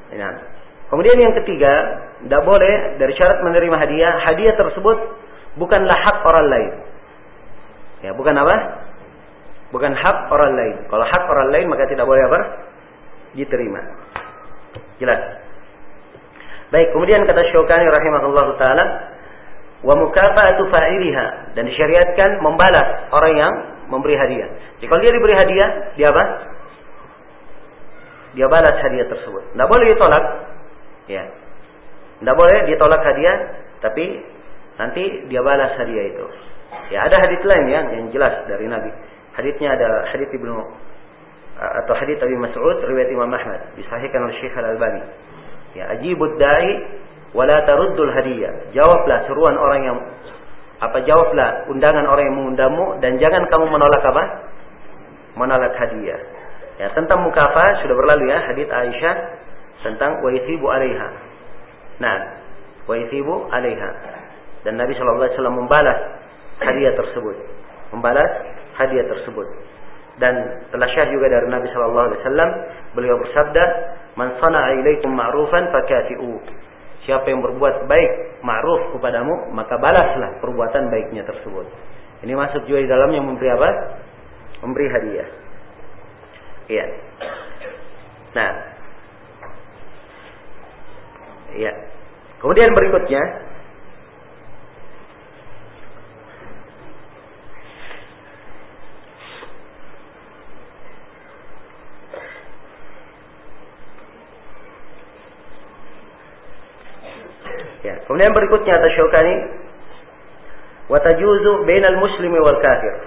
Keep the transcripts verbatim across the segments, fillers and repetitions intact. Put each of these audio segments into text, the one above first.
Nah, kemudian yang ketiga, tidak boleh dari syarat menerima hadiah, hadiah tersebut bukanlah hak orang lain. Ya, bukan apa? Bukan hak orang lain. Kalau hak orang lain maka tidak boleh apa? Diterima. Jelas. Baik, kemudian kata Syaukani rahimahullahu taala, wa mukafa'atu fa'iliha, dan disyariatkan membalas orang yang memberi hadiah. Jadi kalau dia diberi hadiah, dia apa? Dia balas hadiah tersebut. Tidak boleh ditolak. Ya. Tidak boleh ditolak hadiah, tapi nanti dia balas hadiah itu. Ya, ada hadits lain ya yang jelas dari Nabi. Haditsnya ada hadits Ibnu atau hadits Abi Mas'ud riwayat Imam Ahmad, disahihkan oleh Syekh Al-Albani. Ya, ajibud da'i wa la taruddul hadiyah. Jawablah seruan orang yang apa jawablah undangan orang yang mengundangmu dan jangan kamu menolak apa? Menolak hadiah. Ya, tentang mukafah sudah berlalu ya hadits Aisyah tentang wa yathibu 'alaiha. Nah, wa yathibu 'alaiha. Dan Nabi sallallahu alaihi wasallam membalas hadiah tersebut. Membalas hadiah tersebut. Dan telah syah juga dari Nabi sallallahu alaihi wasallam, beliau bersabda, "Man sana'a ilaikum ma'rufan fakafi'u." Siapa yang berbuat baik, ma'ruf kepadamu, maka balaslah perbuatan baiknya tersebut. Ini masuk juga di dalamnya memberi apa? Memberi hadiah. Iya. Nah. Iya. Kemudian berikutnya, ya, kemudian berikutnya kata Syaukani, wa tajuzu bainal muslimi wal kafir.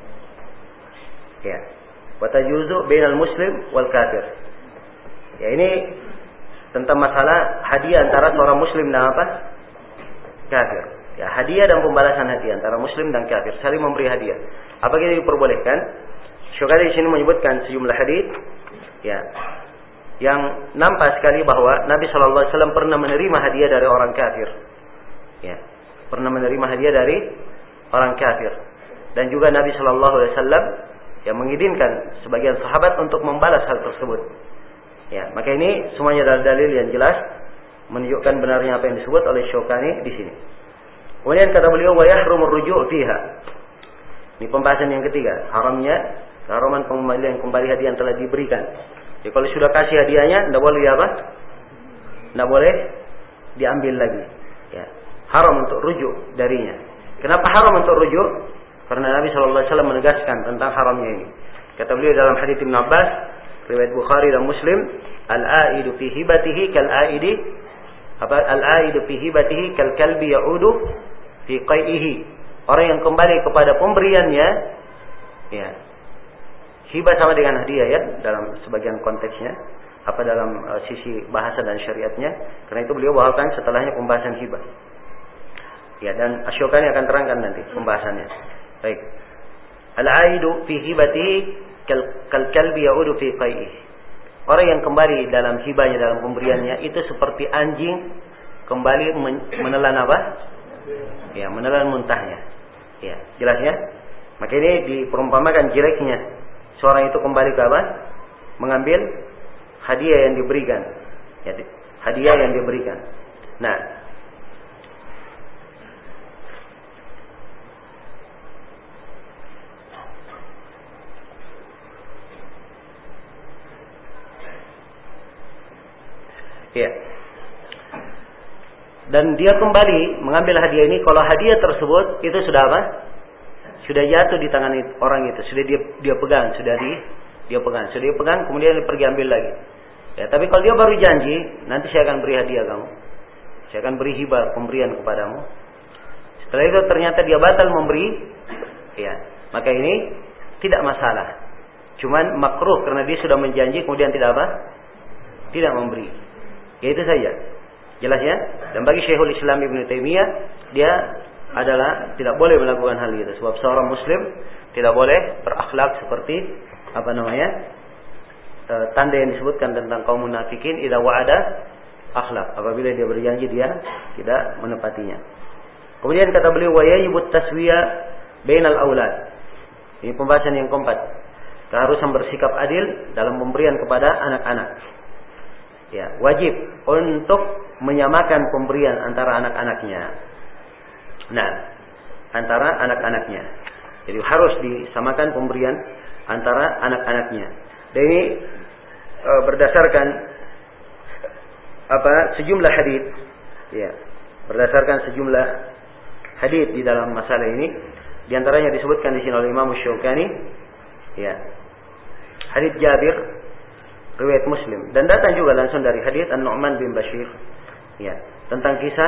Ya. Wa tajuzu bainal muslim wal kafir. Ya, ini tentang masalah hadiah antara seorang muslim dan apa? Kafir. Ya, hadiah dan pembalasan hadiah antara muslim dan kafir, saling memberi hadiah. Apakah ini diperbolehkan? Syaukani di sini menyebutkan sejumlah hadis ya yang nampak sekali bahwa Nabi sallallahu alaihi wasallam pernah menerima hadiah dari orang kafir. Ya, pernah menerima hadiah dari orang kafir. Dan juga Nabi sallallahu alaihi wasallam yang mengizinkan sebagian sahabat untuk membalas hal tersebut. Ya, maka ini semuanya adalah dalil yang jelas menunjukkan benarnya apa yang disebut oleh Syaukani di sini. Kemudian kata beliau, wa yahrumur ruju' fiha. Ini pembahasan yang ketiga, haramnya keharaman pengembalian kembali hadiah yang telah diberikan. Jadi kalau sudah kasih hadiahnya, tidak boleh apa? Tidak boleh diambil lagi. Ya, haram untuk rujuk darinya. Kenapa haram untuk rujuk? Karena Nabi sallallahu alaihi wasallam menegaskan tentang haramnya ini. Kata beliau dalam hadits Ibnu Abbas, riwayat Bukhari dan Muslim, al-aidu fi hibatihi kal aidi apa al-aidu fi hibatihi kal kalbi ya'udu fi qai'ihi. Orang yang kembali kepada pemberiannya, ya. Hibah sama dengan hadiah ya dalam sebagian konteksnya, apa dalam uh, sisi bahasa dan syariatnya. Karena itu beliau bawakan setelahnya pembahasan hibah. Ya, dan Asy-Syaukani akan terangkan nanti pembahasannya. Baik. Al-aidu fi hibatihi kal kalbi ya'udu fi qai'ihi. Orang yang kembali dalam hibahnya, dalam pemberiannya itu seperti anjing kembali menelan apa? Ya, menelan muntahnya. Ya, jelas ya? Maka ini diperumpamakan jeleknya seorang itu kembali ke apa? Mengambil hadiah yang diberikan. Ya, hadiah yang diberikan. Nah, ya. Dan dia kembali mengambil hadiah ini kalau hadiah tersebut itu sudah apa? Sudah jatuh di tangan orang itu, sudah dia dia pegang, sudah di dia pegang, sudah dia pegang, kemudian dia pergi ambil lagi. Ya, tapi kalau dia baru janji, nanti saya akan beri hadiah kamu, saya akan beri hibah pemberian kepadamu. Setelah itu ternyata dia batal memberi, ya, maka ini tidak masalah. Cuman makruh karena dia sudah menjanji kemudian tidak apa? Tidak memberi. Ya itu saja. Jelas ya? Dan bagi Syekhul Islam Ibnu Taimiyah, dia adalah tidak boleh melakukan hal itu. Sebab seorang muslim tidak boleh berakhlak seperti apa namanya? E, tanda yang disebutkan tentang kaum munafikin, idza wa'ada akhlak. Apabila dia berjanji dia tidak menepatinya. Kemudian kata beliau wa yajibut taswiya bainal aulad. Ini pembahasan yang keempat. Keharusan bersikap adil dalam pemberian kepada anak-anak. ya, wajib untuk menyamakan pemberian antara anak-anaknya. Nah, antara anak-anaknya. Jadi harus disamakan pemberian antara anak-anaknya. Dan ini e, berdasarkan apa? Sejumlah hadits, ya. Berdasarkan sejumlah hadits di dalam masalah ini, di antaranya disebutkan di sini oleh Imam Syaukani, ya. Hadits Jabir riwayat Muslim, dan datang juga langsung dari hadits An-Nu'man bin Bashir, ya, tentang kisah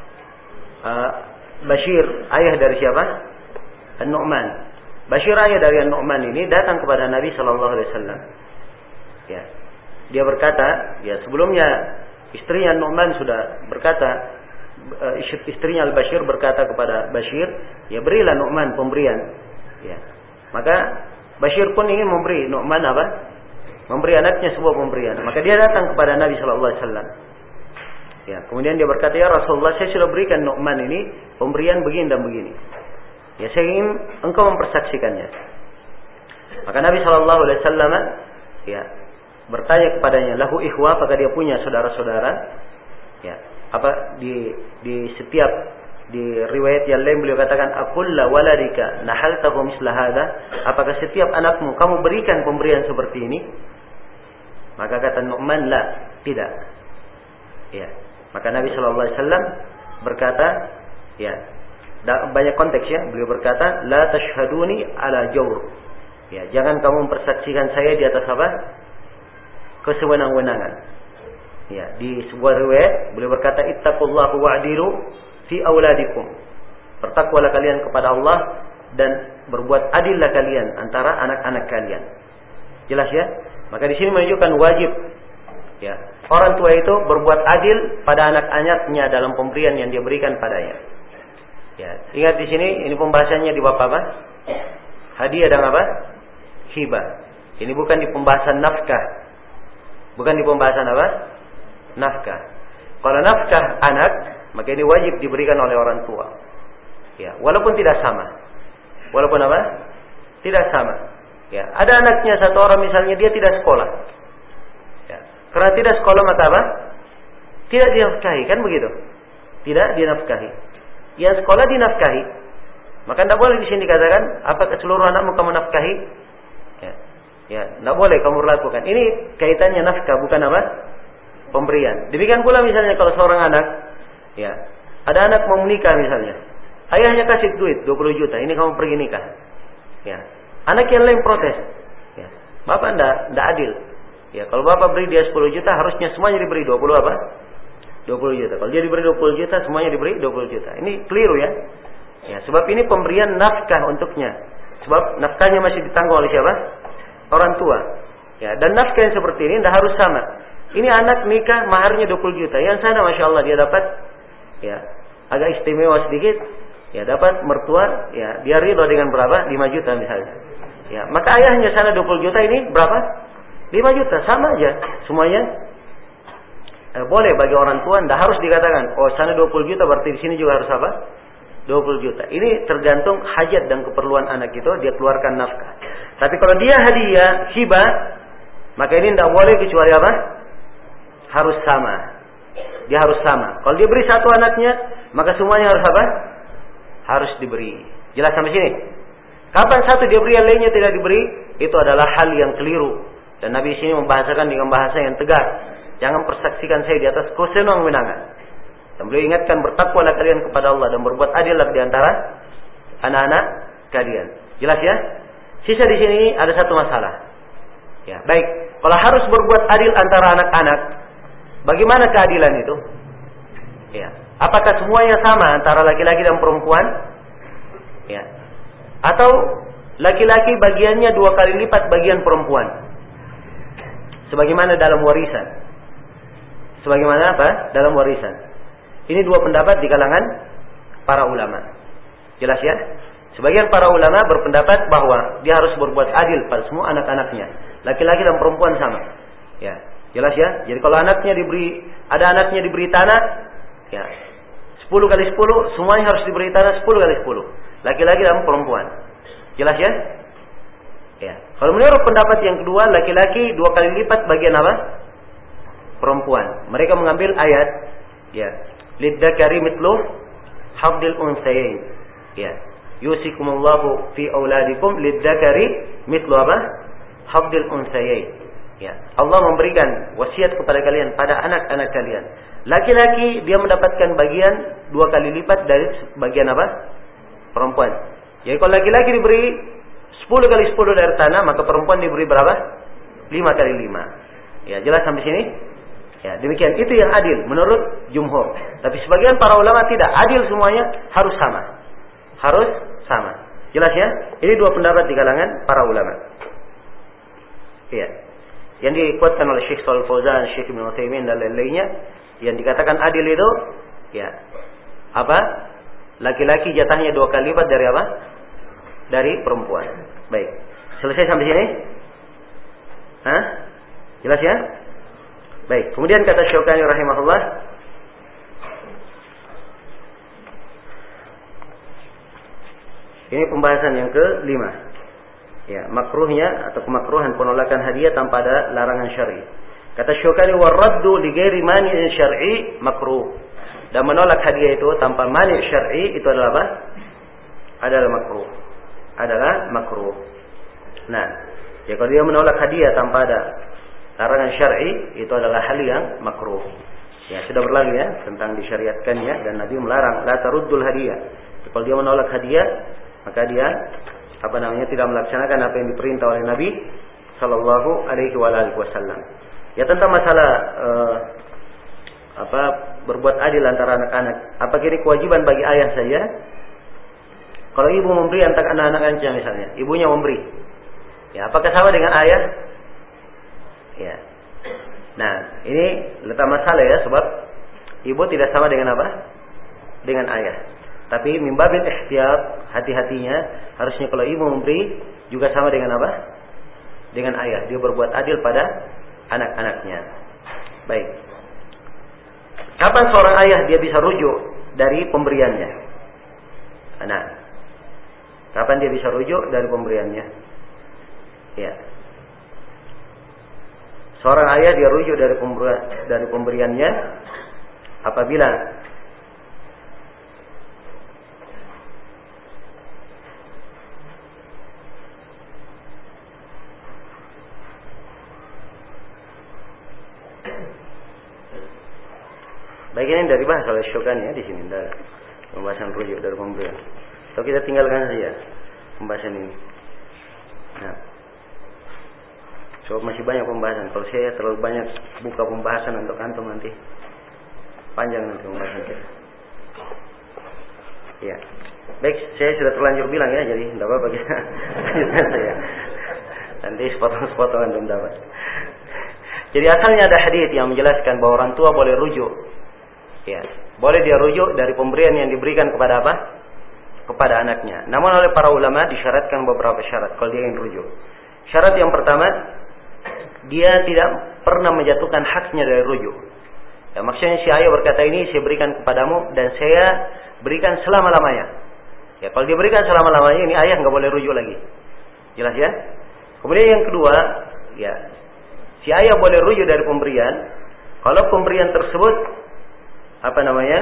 uh, Bashir, ayah dari siapa? An-Nu'man. Bashir, ayah dari An-Nu'man ini datang kepada Nabi sallallahu alaihi wasallam. Ya. Dia berkata, ya, sebelumnya istrinya An-Nu'man sudah berkata, uh, istrinya Al-Bashir berkata kepada Bashir, ya, berilah Nu'man pemberian. Ya. Maka Bashir pun ingin memberi Nu'man apa? Memberi anaknya sebuah pemberian. Maka dia datang kepada Nabi sallallahu alaihi wasallam. Ya, kemudian dia berkata, ya Rasulullah, saya sudah berikan Nu'man ini pemberian begini dan begini. Ya, saya ingin engkau mempersaksikannya. Maka Nabi sallallahu alaihi wasallam, ya, bertanya kepadanya, lahu ikhwa, apakah dia punya saudara-saudara? Ya, apa di di setiap di riwayat yang lain beliau katakan, akulla waladika nahaltahu misla hadha, apakah setiap anakmu kamu berikan pemberian seperti ini? Maka kata Nu'man, la, tidak. Ya. Maka Nabi sallallahu alaihi wasallam berkata, ya, banyak konteks ya, beliau berkata, la tashhaduni ala jawr. Ya, jangan kamu mempersaksikan saya di atas apa? Kesewenang-wenangan. Ya, di sebuah riwayat beliau berkata, ittaqullaha wa'dilu fi auladikum. Bertakwalah kalian kepada Allah dan berbuat adillah kalian antara anak-anak kalian. Jelas ya? Maka di sini menunjukkan wajib, ya, orang tua itu berbuat adil pada anak-anaknya dalam pemberian yang dia berikan padanya. Ya, ingat di sini ini pembahasannya di bab apa? Hadiah dan apa? Hibah. Ini bukan di pembahasan nafkah. Bukan di pembahasan apa? Nafkah. Kalau nafkah anak, maka ini wajib diberikan oleh orang tua. Ya, walaupun tidak sama. Walaupun apa? Tidak sama. Ya, ada anaknya satu orang misalnya dia tidak sekolah. Ya, karena tidak sekolah maka apa? Tidak dinafkahi, kan begitu? Tidak dinafkahi. Yang sekolah dinafkahi. Maka tidak boleh di sini dikatakan, apakah seluruh anakmu kamu nafkahi? Ya, ya, tidak boleh kamu lakukan. Ini kaitannya nafkah, bukan apa? Pemberian. Demikian pula misalnya kalau seorang anak, ya, ada anak mau menikah misalnya, ayahnya kasih duit dua puluh juta, ini kamu pergi nikah. Ya, anak yang lain protes. Ya, bapak tidak tidak adil. Ya, kalau bapak beri dia sepuluh juta, harusnya semuanya diberi dua puluh apa? dua puluh juta. Kalau dia diberi dua puluh juta, semuanya diberi dua puluh juta. Ini keliru ya. Ya, sebab ini pemberian nafkah untuknya. Sebab nafkahnya masih ditanggung oleh siapa? Orang tua. Ya, dan nafkah yang seperti ini tidak harus sama. Ini anak nikah maharnya dua puluh juta. Yang sana Masya Allah dia dapat, ya, agak istimewa sedikit. Ya, dapat mertua, ya, dia ridho dengan berapa? lima juta misalnya. Ya, maka ayahnya sana dua puluh juta, ini berapa? lima juta, sama aja semuanya. Eh, boleh bagi orang tua, tidak harus dikatakan, oh sana dua puluh juta berarti di sini juga harus apa? dua puluh juta. Ini tergantung hajat dan keperluan anak itu, dia keluarkan nafkah. Tapi kalau dia hadiah, hibah, maka ini tidak boleh kecuali apa? Harus sama. Dia harus sama. Kalau dia beri satu anaknya, maka semuanya harus apa? Harus diberi. Jelas sampai sini? Kapan satu dia beri, yang lainnya tidak diberi? Itu adalah hal yang keliru. Dan Nabi sini membahasakan dengan bahasa yang tegas. Jangan persaksikan saya di atas kesenang-wenangan. Dan beliau ingatkan, bertakwalah kalian kepada Allah dan berbuat adillah di antara anak-anak kalian. Jelas ya? Sisa di sini ada satu masalah. Ya, baik. Kalau harus berbuat adil antara anak-anak, bagaimana keadilan itu? Ya. Apakah semuanya sama antara laki-laki dan perempuan? Ya. Atau laki-laki bagiannya dua kali lipat bagian perempuan? Sebagaimana dalam warisan. Sebagaimana apa? Dalam warisan. Ini dua pendapat di kalangan para ulama. Jelas ya? Sebagian para ulama berpendapat bahwa dia harus berbuat adil pada semua anak-anaknya. Laki-laki dan perempuan sama. Ya. Jelas ya? Jadi kalau anaknya diberi, ada anaknya diberi tanah, ya, sepuluh kali sepuluh, semuanya harus diberi tanah sepuluh kali sepuluh. Laki-laki dan perempuan. Jelas ya? Ya. Kalau menurut pendapat yang kedua, laki-laki dua kali lipat bagian apa? perempuan. Mereka mengambil ayat ya, lidzakari mithlu hadzil unsayain. Ya. Yusikumullahu fi auladikum lidzakari mithlu apa? Hadzil unsayain. Ya. Allah memberikan wasiat kepada kalian pada anak-anak kalian. Laki-laki dia mendapatkan bagian dua kali lipat dari bagian apa? Perempuan. Jadi kalau laki-laki diberi sepuluh kali sepuluh dari tanah, maka perempuan diberi berapa? lima kali lima. Ya, jelas sampai sini? Ya, demikian. Itu yang adil menurut jumhur. Tapi sebagian para ulama tidak. Adil semuanya harus sama. Harus sama. Jelas ya? Ini dua pendapat di kalangan para ulama. Iya. Yang dikuatkan oleh Syekh Shalih Fauzan, Syekh Ibnu Utsaimin dan lain-lainnya, yang dikatakan adil itu ya apa? Laki-laki jatahnya dua kali lipat dari apa? Dari perempuan. Baik. Selesai sampai sini? Hah? Jelas ya? Baik. Kemudian kata Syaukani rahimahullah, ini pembahasan yang kelima. Ya, makruhnya atau kemakruhan penolakan hadiah tanpa ada larangan syar'i. Kata Syaukani, waraddu li ghairi mani'in syar'i makruh. Dan menolak hadiah itu tanpa mani' syar'i itu adalah apa? Adalah makruh. Adalah makruh. Nah, ya kalau dia menolak hadiah tanpa ada larangan syar'i itu adalah hal yang makruh. Ya, sudah berlalu ya tentang disyariatkannya dan Nabi melarang la taruddul hadiah. Kalau dia menolak hadiah, maka dia apa namanya tidak melaksanakan apa yang diperintah oleh Nabi sallallahu alaihi wasallam. Ya tentang masalah uh, apa berbuat adil antara anak-anak. Apakah ini kewajiban bagi ayah saja? Kalau ibu memberi antara anak-anaknya misalnya, ibunya memberi. Ya, apakah sama dengan ayah? Ya. Nah, ini letak masalah ya sebab ibu tidak sama dengan apa? Dengan ayah. Tapi mimbabil ihtiyat, hati-hatinya harusnya kalau ibu memberi juga sama dengan apa? Dengan ayah. Dia berbuat adil pada anak-anaknya. Baik. Kapan seorang ayah dia bisa rujuk dari pemberiannya? Nah, kapan dia bisa rujuk dari pemberiannya? Ya. Seorang ayah dia rujuk dari pemberian, dari pemberiannya apabila bagian ini dari bahas oleh Syaukani ya di sini, dari pembahasan rujuk dari pemberian. Atau kita tinggalkan saja pembahasan ini. Nah, so masih banyak pembahasan. Kalau saya terlalu banyak buka pembahasan untuk antum nanti panjang nanti pembahasan kita. Ya, baik, saya sudah terlanjur bilang ya, jadi tidak apa-apa kita lanjutkan saya. Nanti sepotong-sepotong antum dapat. Jadi asalnya ada hadits yang menjelaskan bahwa orang tua boleh rujuk. Ya, boleh dia rujuk dari pemberian yang diberikan kepada apa? Kepada anaknya. Namun oleh para ulama disyaratkan beberapa syarat kalau dia ingin rujuk. Syarat yang pertama, dia tidak pernah menjatuhkan haknya dari rujuk. Ya, maksudnya si ayah berkata ini saya berikan kepadamu dan saya berikan selama-lamanya. Ya, kalau dia berikan selama-lamanya ini ayah nggak boleh rujuk lagi. Jelas ya? Kemudian yang kedua, ya, si ayah boleh rujuk dari pemberian kalau pemberian tersebut apa namanya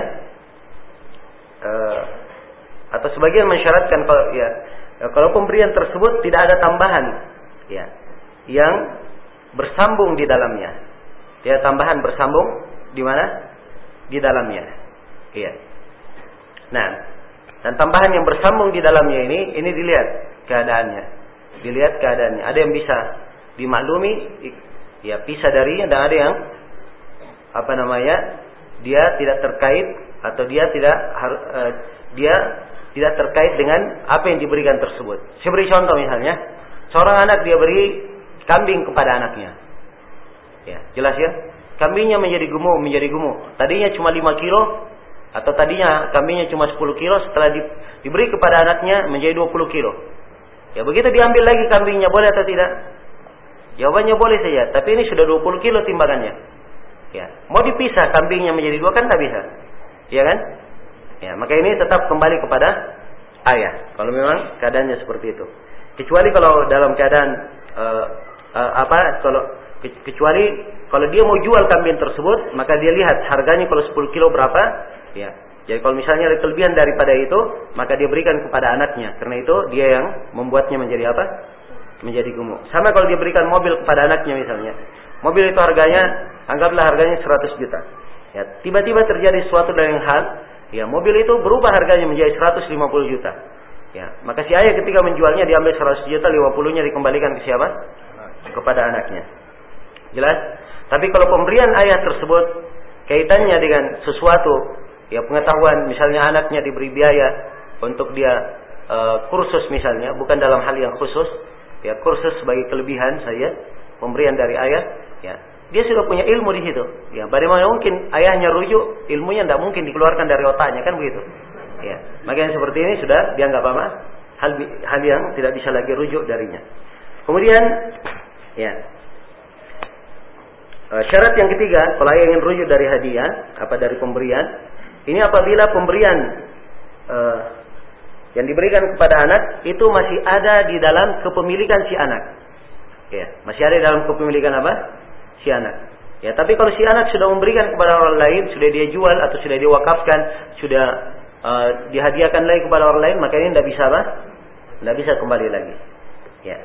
uh, atau sebagian mensyaratkan kalau ya kalau pemberian tersebut tidak ada tambahan ya yang bersambung di dalamnya, ya tambahan bersambung di mana di dalamnya, iya. Nah, dan tambahan yang bersambung di dalamnya ini ini dilihat keadaannya, dilihat keadaannya. Ada yang bisa dimaklumi, ya pisah darinya, dan ada yang apa namanya dia tidak terkait atau dia tidak harus uh, dia tidak terkait dengan apa yang diberikan tersebut. Saya beri contoh misalnya, seorang anak dia beri kambing kepada anaknya. Ya, jelas ya? Kambingnya menjadi gemuk, menjadi gemuk. Tadinya cuma lima kilo atau tadinya kambingnya cuma sepuluh kilo, setelah di, diberi kepada anaknya menjadi dua puluh kilo. Ya, begitu diambil lagi kambingnya, boleh atau tidak? Jawabannya boleh saja, tapi ini sudah dua puluh kilo timbangannya. Ya, mau dipisah kambingnya menjadi dua kan tak bisa, ya kan? Ya, maka ini tetap kembali kepada ayah. Kalau memang keadaannya seperti itu. Kecuali kalau dalam keadaan uh, uh, apa? Kalau kecuali kalau dia mau jual kambing tersebut, maka dia lihat harganya kalau sepuluh kilo berapa, ya. Jadi kalau misalnya ada kelebihan daripada itu, maka dia berikan kepada anaknya. Karena itu dia yang membuatnya menjadi apa? Menjadi gemuk. Sama kalau dia berikan mobil kepada anaknya misalnya. Mobil itu harganya, anggaplah harganya seratus juta. Ya, tiba-tiba terjadi suatu dan yang hal, ya mobil itu berubah harganya menjadi seratus lima puluh juta. Ya, maka si ayah ketika menjualnya diambil seratus juta, lima puluhnya dikembalikan ke siapa? Kepada anaknya. Jelas? Tapi kalau pemberian ayah tersebut kaitannya dengan sesuatu, ya pengetahuan, misalnya anaknya diberi biaya untuk dia e, kursus misalnya, bukan dalam hal yang khusus, ya kursus sebagai kelebihan saja, pemberian dari ayah, ya dia sudah punya ilmu di situ. Ya, bagaimana mungkin ayahnya rujuk, ilmunya tidak mungkin dikeluarkan dari otaknya, kan begitu? Ya, makanya seperti ini sudah dianggap apa? Hal hal yang tidak bisa lagi rujuk darinya. Kemudian, ya e, syarat yang ketiga, kalau ayah ingin rujuk dari hadiah, apa dari pemberian, ini apabila pemberian e, yang diberikan kepada anak itu masih ada di dalam kepemilikan si anak. Ya, masih ada di dalam kepemilikan apa? Si anak. Ya, tapi kalau si anak sudah memberikan kepada orang lain, sudah dia jual atau sudah diwakafkan, sudah uh, dihadiahkan lagi kepada orang lain, maka ini tidak bisa apa? Tidak bisa kembali lagi. Ya.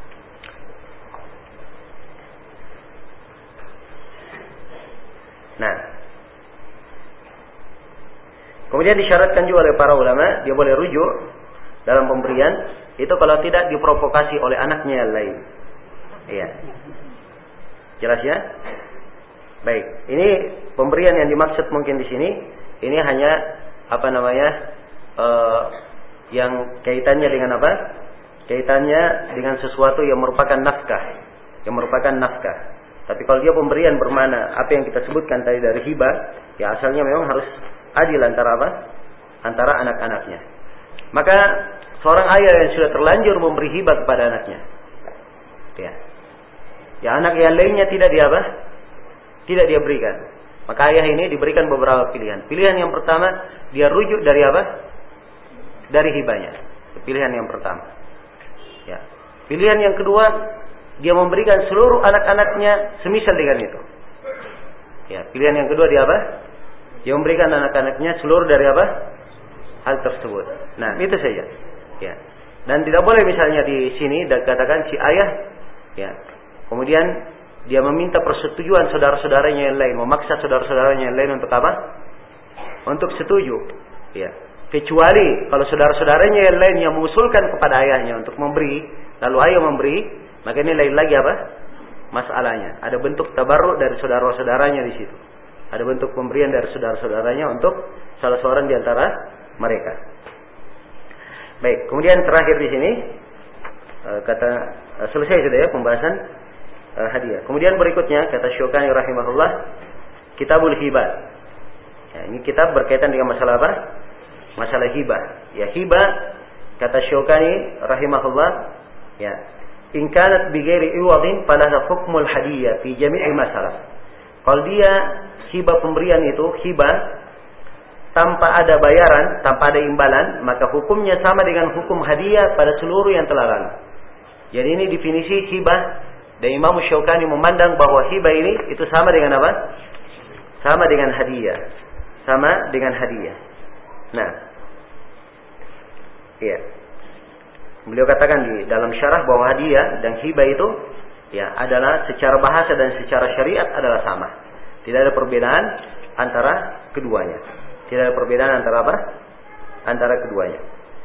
Nah, kemudian disyaratkan juga oleh para ulama, dia boleh rujuk dalam pemberian itu kalau tidak diprovokasi oleh anaknya yang lain. Iya. Jelas ya? Baik, ini pemberian yang dimaksud mungkin di sini, ini hanya apa namanya, uh, yang kaitannya dengan apa? Kaitannya dengan sesuatu yang merupakan nafkah, yang merupakan nafkah. Tapi kalau dia pemberian bermana apa yang kita sebutkan tadi dari hibah, ya asalnya memang harus adil antara apa? Antara anak-anaknya. Maka seorang ayah yang sudah terlanjur memberi hibah kepada anaknya, ya, ya anak yang lainnya tidak dia apa? Tidak dia berikan. Maka ayah ini diberikan beberapa pilihan. Pilihan yang pertama, dia rujuk dari apa? Dari hibahnya. Pilihan yang pertama. Ya. Pilihan yang kedua, dia memberikan seluruh anak-anaknya semisal dengan itu. Ya. Pilihan yang kedua dia apa? Dia memberikan anak-anaknya seluruh dari apa? Hal tersebut. Nah, itu saja. Ya. Dan tidak boleh misalnya di sini dikatakan si ayah, ya, kemudian dia meminta persetujuan saudara-saudaranya yang lain, memaksa saudara-saudaranya yang lain untuk apa? Untuk setuju. Ya. Kecuali kalau saudara-saudaranya yang lain yang mengusulkan kepada ayahnya untuk memberi, lalu ayah memberi, maka ini lain lagi apa? Masalahnya. Ada bentuk tabarruk dari saudara-saudaranya di situ. Ada bentuk pemberian dari saudara-saudaranya untuk salah seorang di antara mereka. Baik, kemudian terakhir di sini kata selesai sudah ya pembahasan Uh, hadiah. Kemudian berikutnya kata Syukani rahimahullah, Kitabul Hibah. Ya, ini kitab berkaitan dengan masalah apa? Masalah hibah. Ya, hibah kata Syukani rahimahullah, ya, in kanat bi ghairi iwadin falaha hukmul hadiyah fi jami'i masalah. Kalau dia hibah pemberian itu hibah tanpa ada bayaran, tanpa ada imbalan, maka hukumnya sama dengan hukum hadiah pada seluruh yang telah lalu. Jadi ini definisi hibah. Dan Imam Syaukani memandang bahwa hibah ini itu sama dengan apa? Sama dengan hadiah. Sama dengan hadiah. Nah. Iya. Beliau katakan di dalam syarah bahwa hadiah dan hibah itu ya adalah secara bahasa dan secara syariat adalah sama. Tidak ada perbedaan antara keduanya. Tidak ada perbedaan antara apa? Antara keduanya.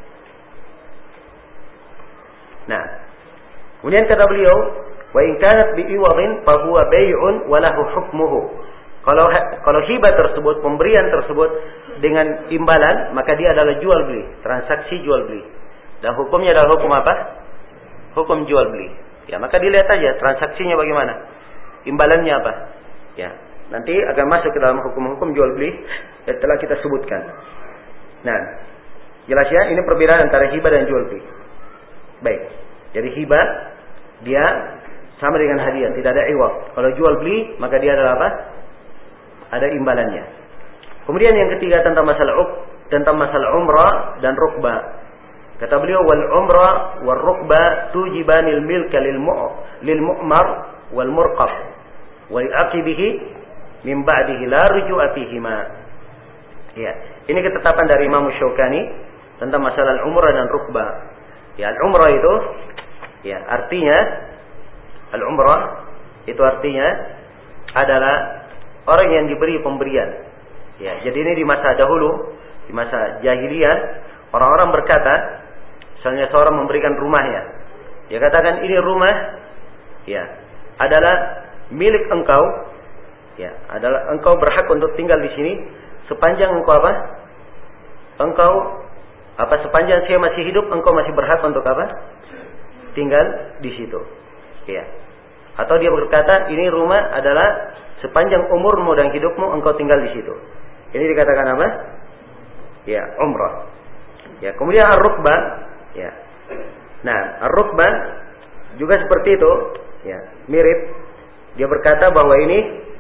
Nah. Kemudian kata beliau, wa in kanat bi iwadin fa huwa bay'un wa lahu hukmuhu. Kalau kalau hibah tersebut, pemberian tersebut dengan imbalan, maka dia adalah jual beli, transaksi jual beli. Dan hukumnya adalah hukum apa? Hukum jual beli. Ya, maka dilihat aja transaksinya bagaimana. Imbalannya apa? Ya, nanti akan masuk ke dalam hukum-hukum jual beli yang telah kita sebutkan. Nah, jelas ya, ini perbedaan antara hibah dan jual beli. Baik. Jadi hibah dia sama dengan hadiah, tidak ada iwad. Kalau jual beli, maka dia adalah apa? Ada imbalannya. Kemudian yang ketiga tentang masalah uk, tentang masalah umrah dan rukbah. Kata beliau, wal umrah wal rukbah tujibanil milka lil mu' lil mu'mar wal murqab. wa li'aqibihi min ba'dihi la ruju'a fihima. Ya, ini ketetapan dari Imam Syaukani tentang masalah al-umrah dan rukbah. Ya, al-umrah itu ya artinya al-umrah itu artinya adalah orang yang diberi pemberian. Ya, jadi ini di masa dahulu, di masa jahiliyah, orang-orang berkata, misalnya seorang memberikan rumahnya, dia katakan ini rumah, ya, adalah milik engkau, ya, adalah engkau berhak untuk tinggal di sini sepanjang engkau apa? Engkau apa sepanjang saya masih hidup, engkau masih berhak untuk apa? Tinggal di situ, ya. Atau dia berkata ini rumah adalah sepanjang umurmu dan hidupmu engkau tinggal di situ. Ini dikatakan apa? Ya, umrah. Ya, kemudian ar-rukbah, ya. Nah, ar-rukbah juga seperti itu, ya, mirip. Dia berkata bahwa ini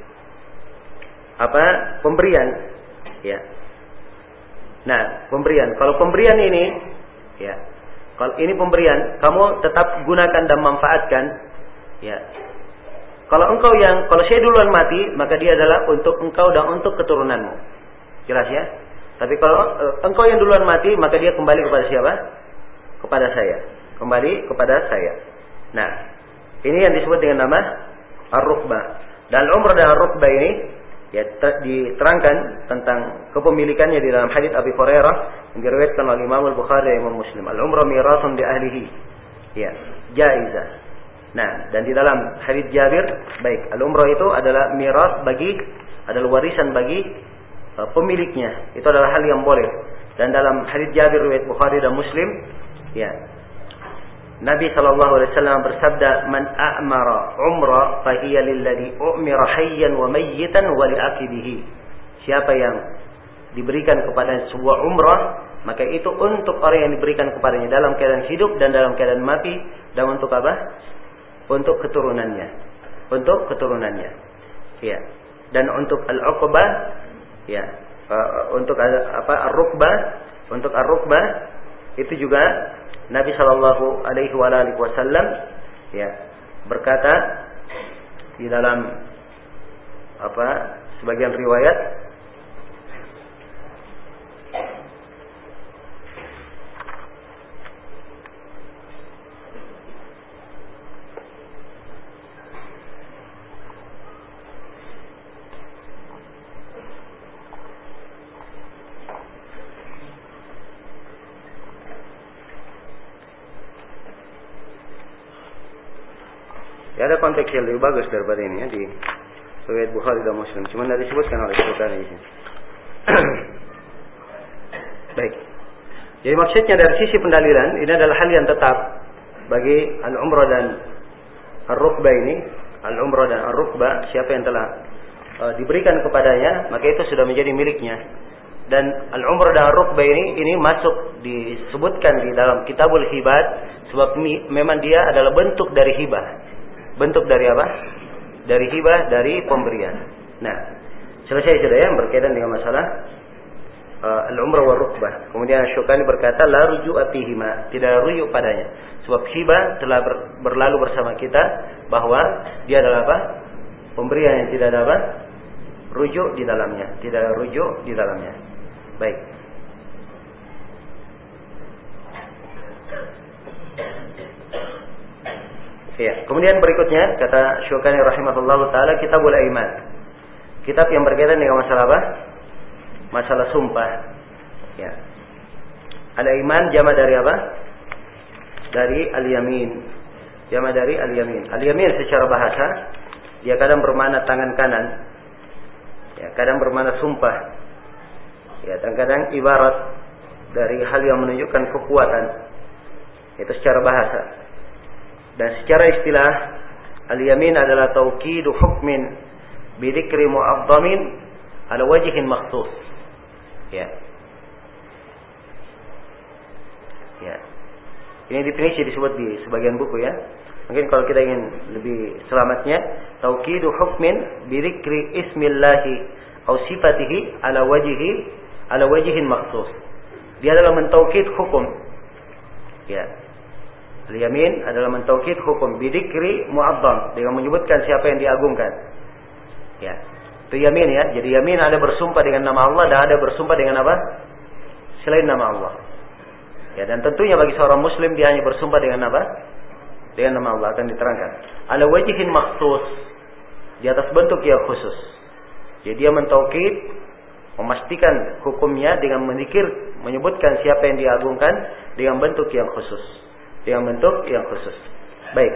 apa? Pemberian, ya. Nah, pemberian. Kalau pemberian ini, ya. Kalau ini pemberian, kamu tetap gunakan dan manfaatkan, ya. Kalau engkau yang, kalau saya duluan mati, maka dia adalah untuk engkau dan untuk keturunanmu. Jelas ya? Tapi kalau uh, engkau yang duluan mati, maka dia kembali kepada siapa? Kepada saya. Kembali kepada saya. Nah, ini yang disebut dengan nama ar-rukbah. Dan umrah dan ar-rukbah ini ya diterangkan tentang kepemilikannya di dalam hadits Abi Hurairah yang diriwayatkan oleh Imam Al-Bukhari dan Imam Muslim. Al-umrah mirathun li ahlihi. Ya, jaizah. Nah, dan di dalam hadits Jabir, baik, al-umrah itu adalah miras bagi, adalah warisan bagi uh, pemiliknya. Itu adalah hal yang boleh. Dan dalam hadits Jabir riwayat Bukhari dan Muslim, ya, Nabi sallallahu alaihi wasallam bersabda, "Man a'mara umrah fa hiya lilladhi u'mira hayyan wa mayyitan wa li'aqibihi." Siapa yang diberikan kepada sebuah umrah, maka itu untuk orang yang diberikan kepadanya dalam keadaan hidup dan dalam keadaan mati, dan untuk apa? Untuk keturunannya, untuk keturunannya, ya. Dan untuk al-uqbah, ya, uh, untuk apa? Ar-rukbah, untuk ar-rukbah itu juga Nabi Shallallahu Alaihi Wasallam, ya, berkata di dalam apa? Sebagian riwayat. Ya, ada konteks yang lebih bagus daripada ini ya di riwayat Bukhari dan Muslim. Cuma tidak disebutkan oleh Syaukani di sini. Baik. Jadi maksudnya dari sisi pendalilan ini adalah hal yang tetap bagi al-umrah dan ar-rukbah ini. Al-umrah dan ar-rukbah, siapa yang telah uh, diberikan kepadanya, maka itu sudah menjadi miliknya. Dan al-umrah dan ar-rukbah ini ini masuk disebutkan di dalam Kitabul Hibat sebab ini, memang dia adalah bentuk dari hibah. Bentuk dari apa? Dari hibah, dari pemberian. Nah, selesai sudah ya berkaitan dengan masalah uh, al-umrah wa rukbah. Kemudian Syaukani berkata la ruju'a fihima, tidak rujuk padanya. Sebab hibah telah ber, berlalu bersama kita bahwa dia adalah apa? Pemberian yang tidak ada apa? Rujuk di dalamnya, tidak ada rujuk di dalamnya. Baik. Ya, kemudian berikutnya kata Syaukani rahimahullahu taala Kitabul Aiman. Kitab yang berkaitan dengan masalah apa? Masalah sumpah. Ya. Al-Aiman jama dari apa? Dari al-yamin. Jama dari al-yamin. Al-yamin secara bahasa dia kadang bermakna tangan kanan. Ya, kadang bermakna sumpah. Ya, kadang-kadang ibarat dari hal yang menunjukkan kekuatan. Itu secara bahasa. Dan secara istilah al-yamin adalah tauqidu hukmin bi dzikri mu'azzamin ala wajhin makhsus. Ya. Ya. Ini definisi disebut di sebagian buku ya. Mungkin kalau kita ingin lebih selamatnya, tauqidu hukmin bi dzikri ismillahi atau sifatihi ala wajhi ala wajhin makhsus. Dia adalah mentaukid hukum. Ya. Al-yamin adalah mentaukid hukum bidikri mu'azzam, dengan menyebutkan siapa yang diagungkan. Ya. Itu yamin ya. Jadi yamin ada bersumpah dengan nama Allah dan ada bersumpah dengan apa? Selain nama Allah. Ya, dan tentunya bagi seorang muslim dia hanya bersumpah dengan apa? Dengan nama Allah, akan diterangkan. Ala wajhin makhsus, di atas bentuk yang khusus. Jadi dia mentaukid, memastikan hukumnya dengan menyikir, menyebutkan siapa yang diagungkan dengan bentuk yang khusus. Dengan bentuk yang khusus. Baik.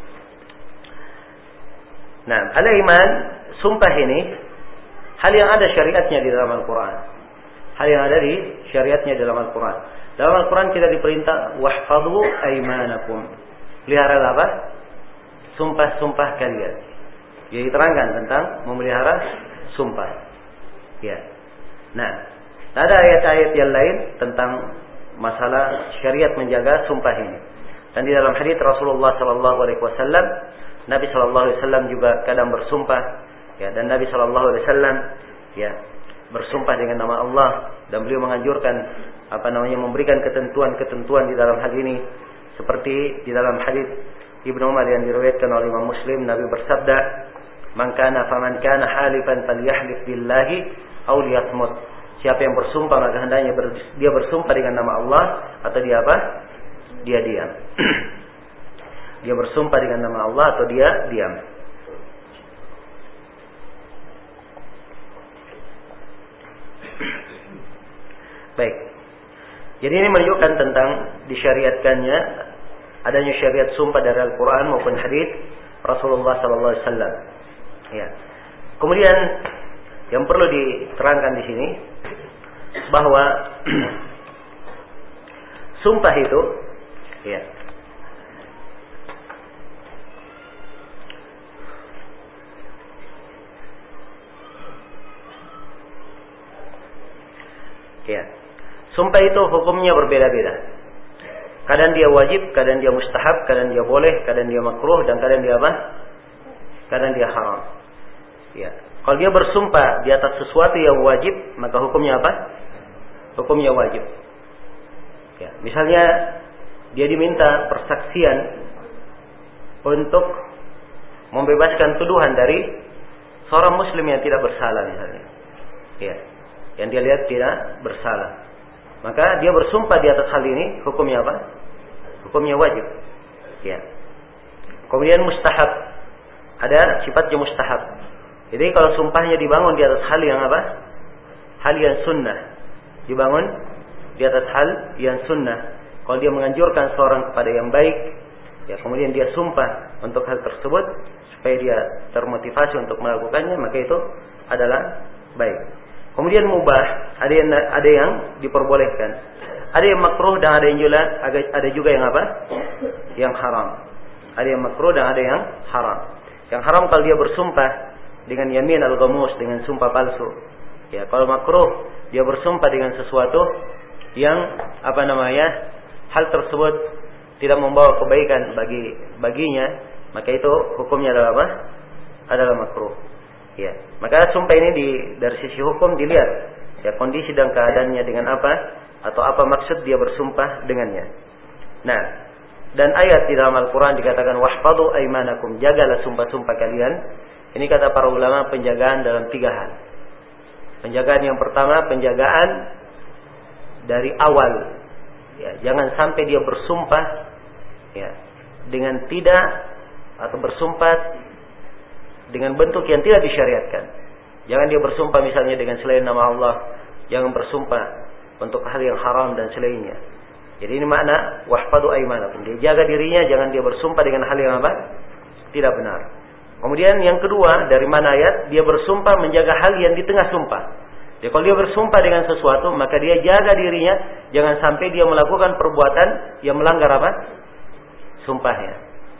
Nah, al-iman, sumpah ini hal yang ada syariatnya di dalam Al-Quran. Hal yang ada di syariatnya dalam Al-Quran. Dalam Al-Quran kita diperintah wahfadhu aimanakum. Pelihara apa? Sumpah-sumpah kalian. Jadi diterangkan tentang memelihara sumpah. Ya. Nah, ada ayat-ayat yang lain tentang masalah syariat menjaga sumpah ini. Dan di dalam hadis Rasulullah sallallahu alaihi wasallam, Nabi sallallahu alaihi wasallam juga kadang bersumpah, ya, dan Nabi sallallahu alaihi wasallam ya bersumpah dengan nama Allah, dan beliau menganjurkan apa namanya memberikan ketentuan-ketentuan di dalam hal ini, seperti di dalam hadis Ibnu Umar yang diriwayatkan oleh Imam Muslim, Nabi bersabda, "Man kana faman kana halifan falyahlif billahi aw liyasmut." Siapa yang bersumpah maka hendaknya ber, dia bersumpah dengan nama Allah atau dia apa? Dia diam. Dia bersumpah dengan nama Allah atau dia diam. Baik. Jadi ini menunjukkan tentang disyariatkannya adanya syariat sumpah dari Al-Quran maupun hadis Rasulullah sallallahu alaihi wasallam. Ya. Kemudian yang perlu diterangkan di sini bahwa sumpah itu, ya, ya, sumpah itu hukumnya berbeda-beda. Kadang dia wajib, kadang dia mustahab, kadang dia boleh, kadang dia makruh, dan kadang dia apa? Kadang dia haram. Ya. Kalau dia bersumpah di atas sesuatu yang wajib, maka hukumnya apa? Hukumnya wajib. Ya. Misalnya dia diminta persaksian untuk membebaskan tuduhan dari seorang muslim yang tidak bersalah misalnya. Ya. Yang dia lihat tidak bersalah. Maka dia bersumpah di atas hal ini, hukumnya apa? Hukumnya wajib. Ya. Kemudian mustahab. Ada sifatnya mustahab. Jadi kalau sumpahnya dibangun di atas hal yang apa? Hal yang sunnah. Dibangun di atas hal yang sunnah. Kalau dia menganjurkan seorang kepada yang baik, ya kemudian dia sumpah untuk hal tersebut supaya dia termotivasi untuk melakukannya, maka itu adalah baik. Kemudian mubah, ada yang ada yang diperbolehkan, ada yang makruh dan ada yang juga ada juga yang apa? Yang haram. Ada yang makruh dan ada yang haram. Yang haram kalau dia bersumpah dengan yamin al-ghamus, dengan sumpah palsu. Ya, kalau makruh dia bersumpah dengan sesuatu yang apa namanya? Hal tersebut tidak membawa kebaikan bagi baginya, maka itu hukumnya adalah apa? Adalah makruh. Ya, maka sumpah ini di, dari sisi hukum dilihat ya kondisi dan keadaannya dengan apa atau apa maksud dia bersumpah dengannya. Nah, dan ayat di dalam Al-Quran dikatakan wahfadhu aimanakum, jagalah sumpah-sumpah kalian. Ini kata para ulama penjagaan dalam tiga hal. Penjagaan yang pertama penjagaan dari awal. Ya, jangan sampai dia bersumpah ya dengan tidak atau bersumpah dengan bentuk yang tidak disyariatkan. Jangan dia bersumpah misalnya dengan selain nama Allah. Jangan bersumpah untuk hal yang haram dan selainnya. Jadi ini makna wahfadhu aimanakum. Dia jaga dirinya, jangan dia bersumpah dengan hal yang apa? Tidak benar. Kemudian yang kedua, dari mana ayat? Dia bersumpah menjaga hal yang di tengah sumpah. Jadi kalau dia bersumpah dengan sesuatu, maka dia jaga dirinya, jangan sampai dia melakukan perbuatan yang melanggar apa? Sumpahnya.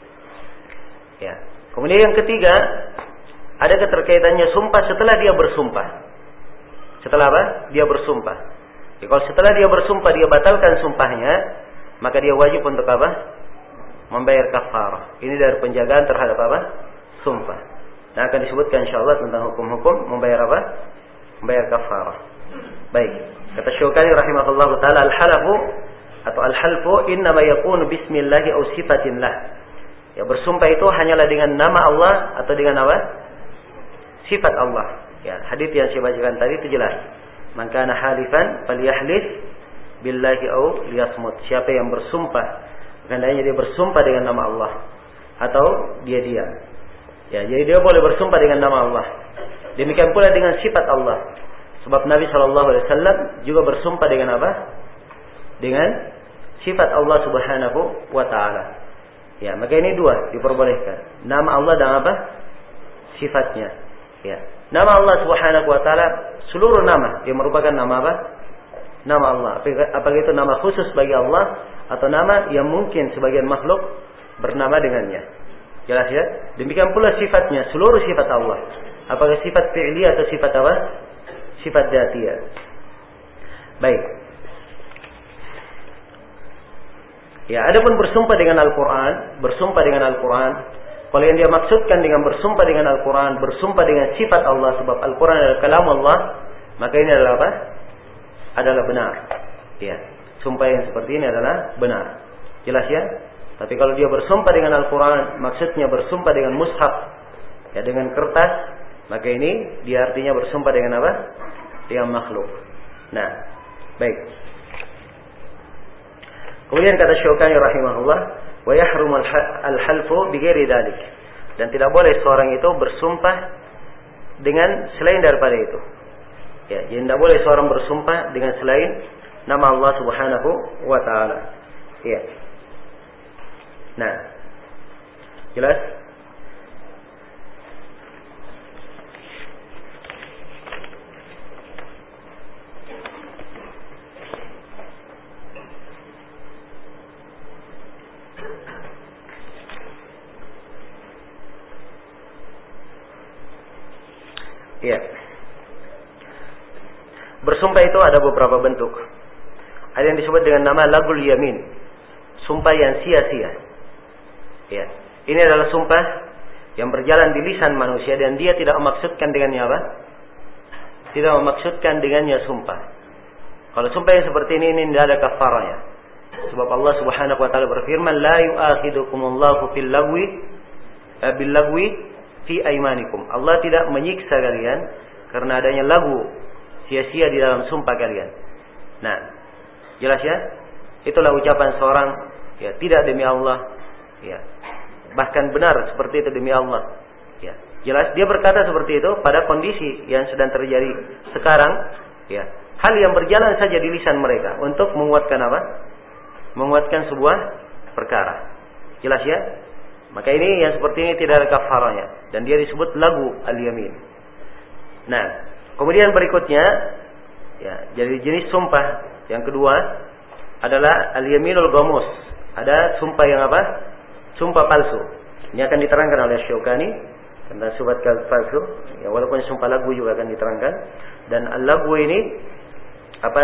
Ya. Kemudian yang ketiga, ada keterkaitannya sumpah setelah dia bersumpah. Setelah apa? Dia bersumpah. Jadi kalau setelah dia bersumpah dia batalkan sumpahnya, maka dia wajib untuk apa? Membayar kafarah. Ini dari penjagaan terhadap apa? Sumpah. Nah, akan disebutkan insyaallah tentang hukum-hukum membayar apa? Membayar kafarah. Baik. Kata Syaukani rahimahullahu taala, al-halafu atau al-halfu innama yakunu bismillah aw sifatillah. Ya, bersumpah itu hanyalah dengan nama Allah atau dengan apa? sifat Allah. Ya, hadis yang saya bacakan tadi itu jelas. Man kana halifan falyahlif billahi aw liyasmut. Siapa yang bersumpah, hendaknya dia bersumpah dengan nama Allah atau dia diam. Ya, jadi dia boleh bersumpah dengan nama Allah. Demikian pula dengan sifat Allah. Sebab Nabi shallallahu alaihi wasallam juga bersumpah dengan apa? Dengan sifat Allah Subhanahu wa taala. Ya, maka ini dua diperbolehkan. Nama Allah dan apa? Sifatnya. Ya. Nama Allah Subhanahu wa taala seluruh nama yang merupakan nama apa? Nama Allah. Apakah itu nama khusus bagi Allah atau nama yang mungkin sebagian makhluk bernama dengannya. Jelas ya? Demikian pula sifatnya, seluruh sifat Allah. Apakah sifat fi'li atau sifat apa? Sifat dzatiyah. Baik. Ya, adapun bersumpah dengan Al-Qur'an, bersumpah dengan Al-Qur'an, kalau yang dia maksudkan dengan bersumpah dengan Al-Qur'an, bersumpah dengan sifat Allah, sebab Al-Qur'an adalah kalam Allah, maka ini adalah apa? Adalah benar. Ya, sumpah yang seperti ini adalah benar. Jelas ya? Tapi kalau dia bersumpah dengan Al-Quran, maksudnya bersumpah dengan mushaf, ya dengan kertas, maka ini dia artinya bersumpah dengan apa? Dengan makhluk. Nah, baik. Kemudian kata Syaukani rahimahullah, wa yahrum al-halfu bighairi dzalik. Dan tidak boleh seorang itu bersumpah dengan selain daripada itu. Ya, jadi tidak boleh seorang bersumpah dengan selain nama Allah Subhanahu wa taala. Ya. Nah, jelas? Iya. Bersumpah itu ada beberapa bentuk. Ada yang disebut dengan nama lagul yamin, sumpah yang sia-sia. Ya, ini adalah sumpah yang berjalan di lisan manusia dan dia tidak memaksudkan dengannya apa? Tidak memaksudkan dengannya sumpah. Kalau sumpah yang seperti ini, ini tidak ada kafaranya. Sebab Allah Subhanahu wa taala berfirman, la yu'akhidukumullahu fil lagwi bil lagwi fi aymanikum. Allah tidak menyiksa kalian karena adanya lagu sia-sia di dalam sumpah kalian. Nah, jelas ya? Itulah ucapan seorang ya tidak demi Allah, ya. Bahkan benar seperti itu demi Allah. Ya, jelas dia berkata seperti itu pada kondisi yang sedang terjadi sekarang, ya. Hal yang berjalan saja di lisan mereka untuk menguatkan apa? Menguatkan sebuah perkara. Jelas ya? Maka ini yang seperti ini tidak ada kafaranya dan dia disebut lagu al-yamin. Nah, kemudian berikutnya ya, jadi jenis sumpah yang kedua adalah al-yaminul ghamus. Ada sumpah yang apa? Sumpah palsu. Ini akan diterangkan oleh Syaukani tentang sumpah palsu. Ya, walaupun sumpah lagu juga akan diterangkan. Dan al-lagu ini apa?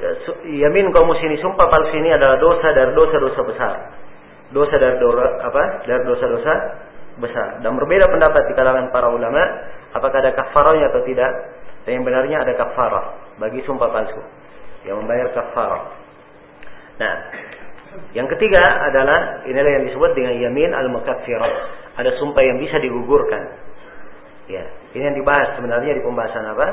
Yamin ghamus ini, sumpah palsu ini adalah dosa dari dosa-dosa besar. Dosa dari dosa apa? Dari dosa-dosa besar. Dan berbeda pendapat di kalangan para ulama apakah ada kafarahnya atau tidak. Dan yang benarnya ada kafarah bagi sumpah palsu. Yang membayar kafarah. Nah, yang ketiga adalah inilah yang disebut dengan yamin al-mukaffirah. Ada sumpah yang bisa digugurkan. Ya, ini yang dibahas sebenarnya di pembahasan apa?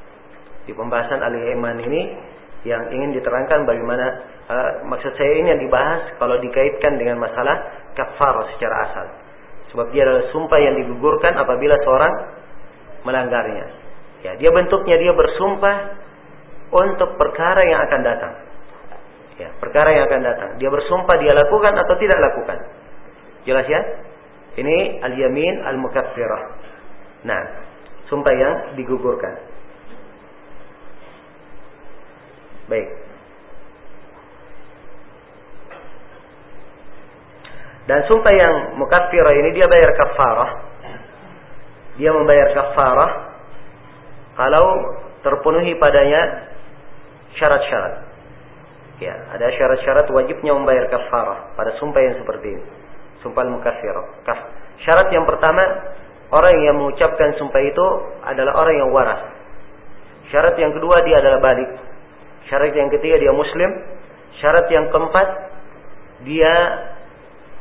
Di pembahasan al-iman ini yang ingin diterangkan bagaimana uh, maksud saya ini yang dibahas kalau dikaitkan dengan masalah kafarah secara asal. Sebab dia adalah sumpah yang digugurkan apabila seorang melanggarnya. Ya, dia bentuknya dia bersumpah untuk perkara yang akan datang. Ya, perkara yang akan datang. Dia bersumpah dia lakukan atau tidak lakukan. Jelas ya? Ini al-yamin al-mukaffirah. Nah, sumpah yang digugurkan. Baik. Dan sumpah yang mukaffirah ini dia bayar kafarah. Dia membayar kafarah kalau terpenuhi padanya syarat-syarat. Ya, ada syarat-syarat wajibnya membayar kafarah pada sumpah yang seperti ini. Sumpah al-mukaffirah. Syarat yang pertama, orang yang mengucapkan sumpah itu adalah orang yang waras. Syarat yang kedua dia adalah balik. Syarat yang ketiga dia muslim. Syarat yang keempat dia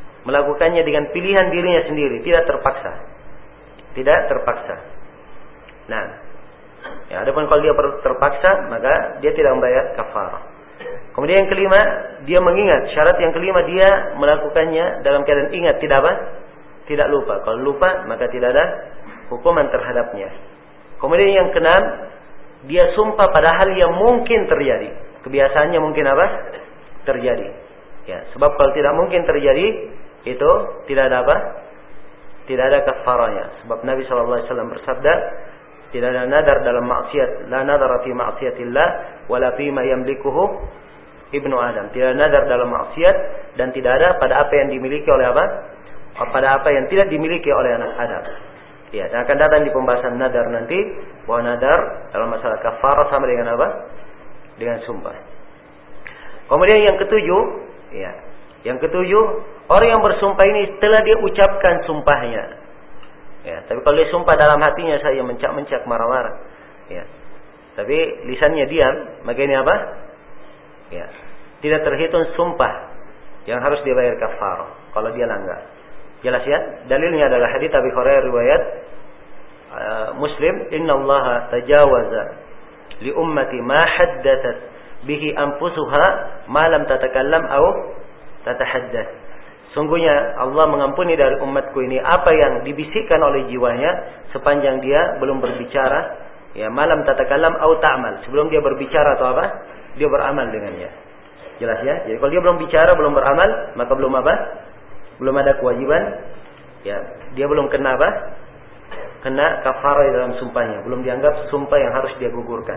melakukannya dengan pilihan dirinya sendiri, tidak terpaksa. Tidak terpaksa. Nah, ya, adapun kalau dia terpaksa, maka dia tidak membayar kafarah. Kemudian yang kelima, dia mengingat. Syarat yang kelima, dia melakukannya dalam keadaan ingat, tidak apa? Tidak lupa. Kalau lupa, maka tidak ada hukuman terhadapnya. Kemudian yang keenam, dia sumpah pada hal yang mungkin terjadi. Kebiasaannya mungkin apa? Terjadi. Ya, sebab kalau tidak mungkin terjadi, itu tidak ada apa? Tidak ada kafarahnya. Sebab Nabi shallallahu alaihi wasallam bersabda, tidak ada nadar dalam maksiat, la nadara fi ma'siyatillah wala fi ma yamlikuhu ibnu Adam. Tidak ada nadar dalam maksiat dan tidak ada pada apa yang dimiliki oleh apa? Pada apa yang tidak dimiliki oleh anak Adam. Ya, dan akan datang di pembahasan nadar nanti bahwa nadar dalam masalah kafarah sama dengan apa? Dengan sumpah. Kemudian yang ketujuh, ya, yang ketujuh, orang yang bersumpah ini telah dia ucapkan sumpahnya. Ya, tapi kalau dia sumpah dalam hatinya saja mencak-mencak marah-marah, ya, tapi lisannya diam, maka ini apa? Ya, tidak terhitung sumpah yang harus dia bayar kafarah kalau dia langgar. Jelas ya? Dalilnya adalah hadits Abi Hurairah riwayat uh, Muslim, "Innallaha tajawaza li ummati ma haddathat bihi anfusuha ma lam tatakallam aw tatahaddath." Sungguhnya Allah mengampuni dari umatku ini apa yang dibisikkan oleh jiwanya sepanjang dia belum berbicara, ya, malam tatakallam au ta'mal, sebelum dia berbicara atau apa? Dia beramal dengannya. Jelas ya? Jadi kalau dia belum bicara, belum beramal, maka belum apa? Belum ada kewajiban, ya, dia belum kena apa? Kena kafarah dalam sumpahnya, belum dianggap sumpah yang harus dia gugurkan.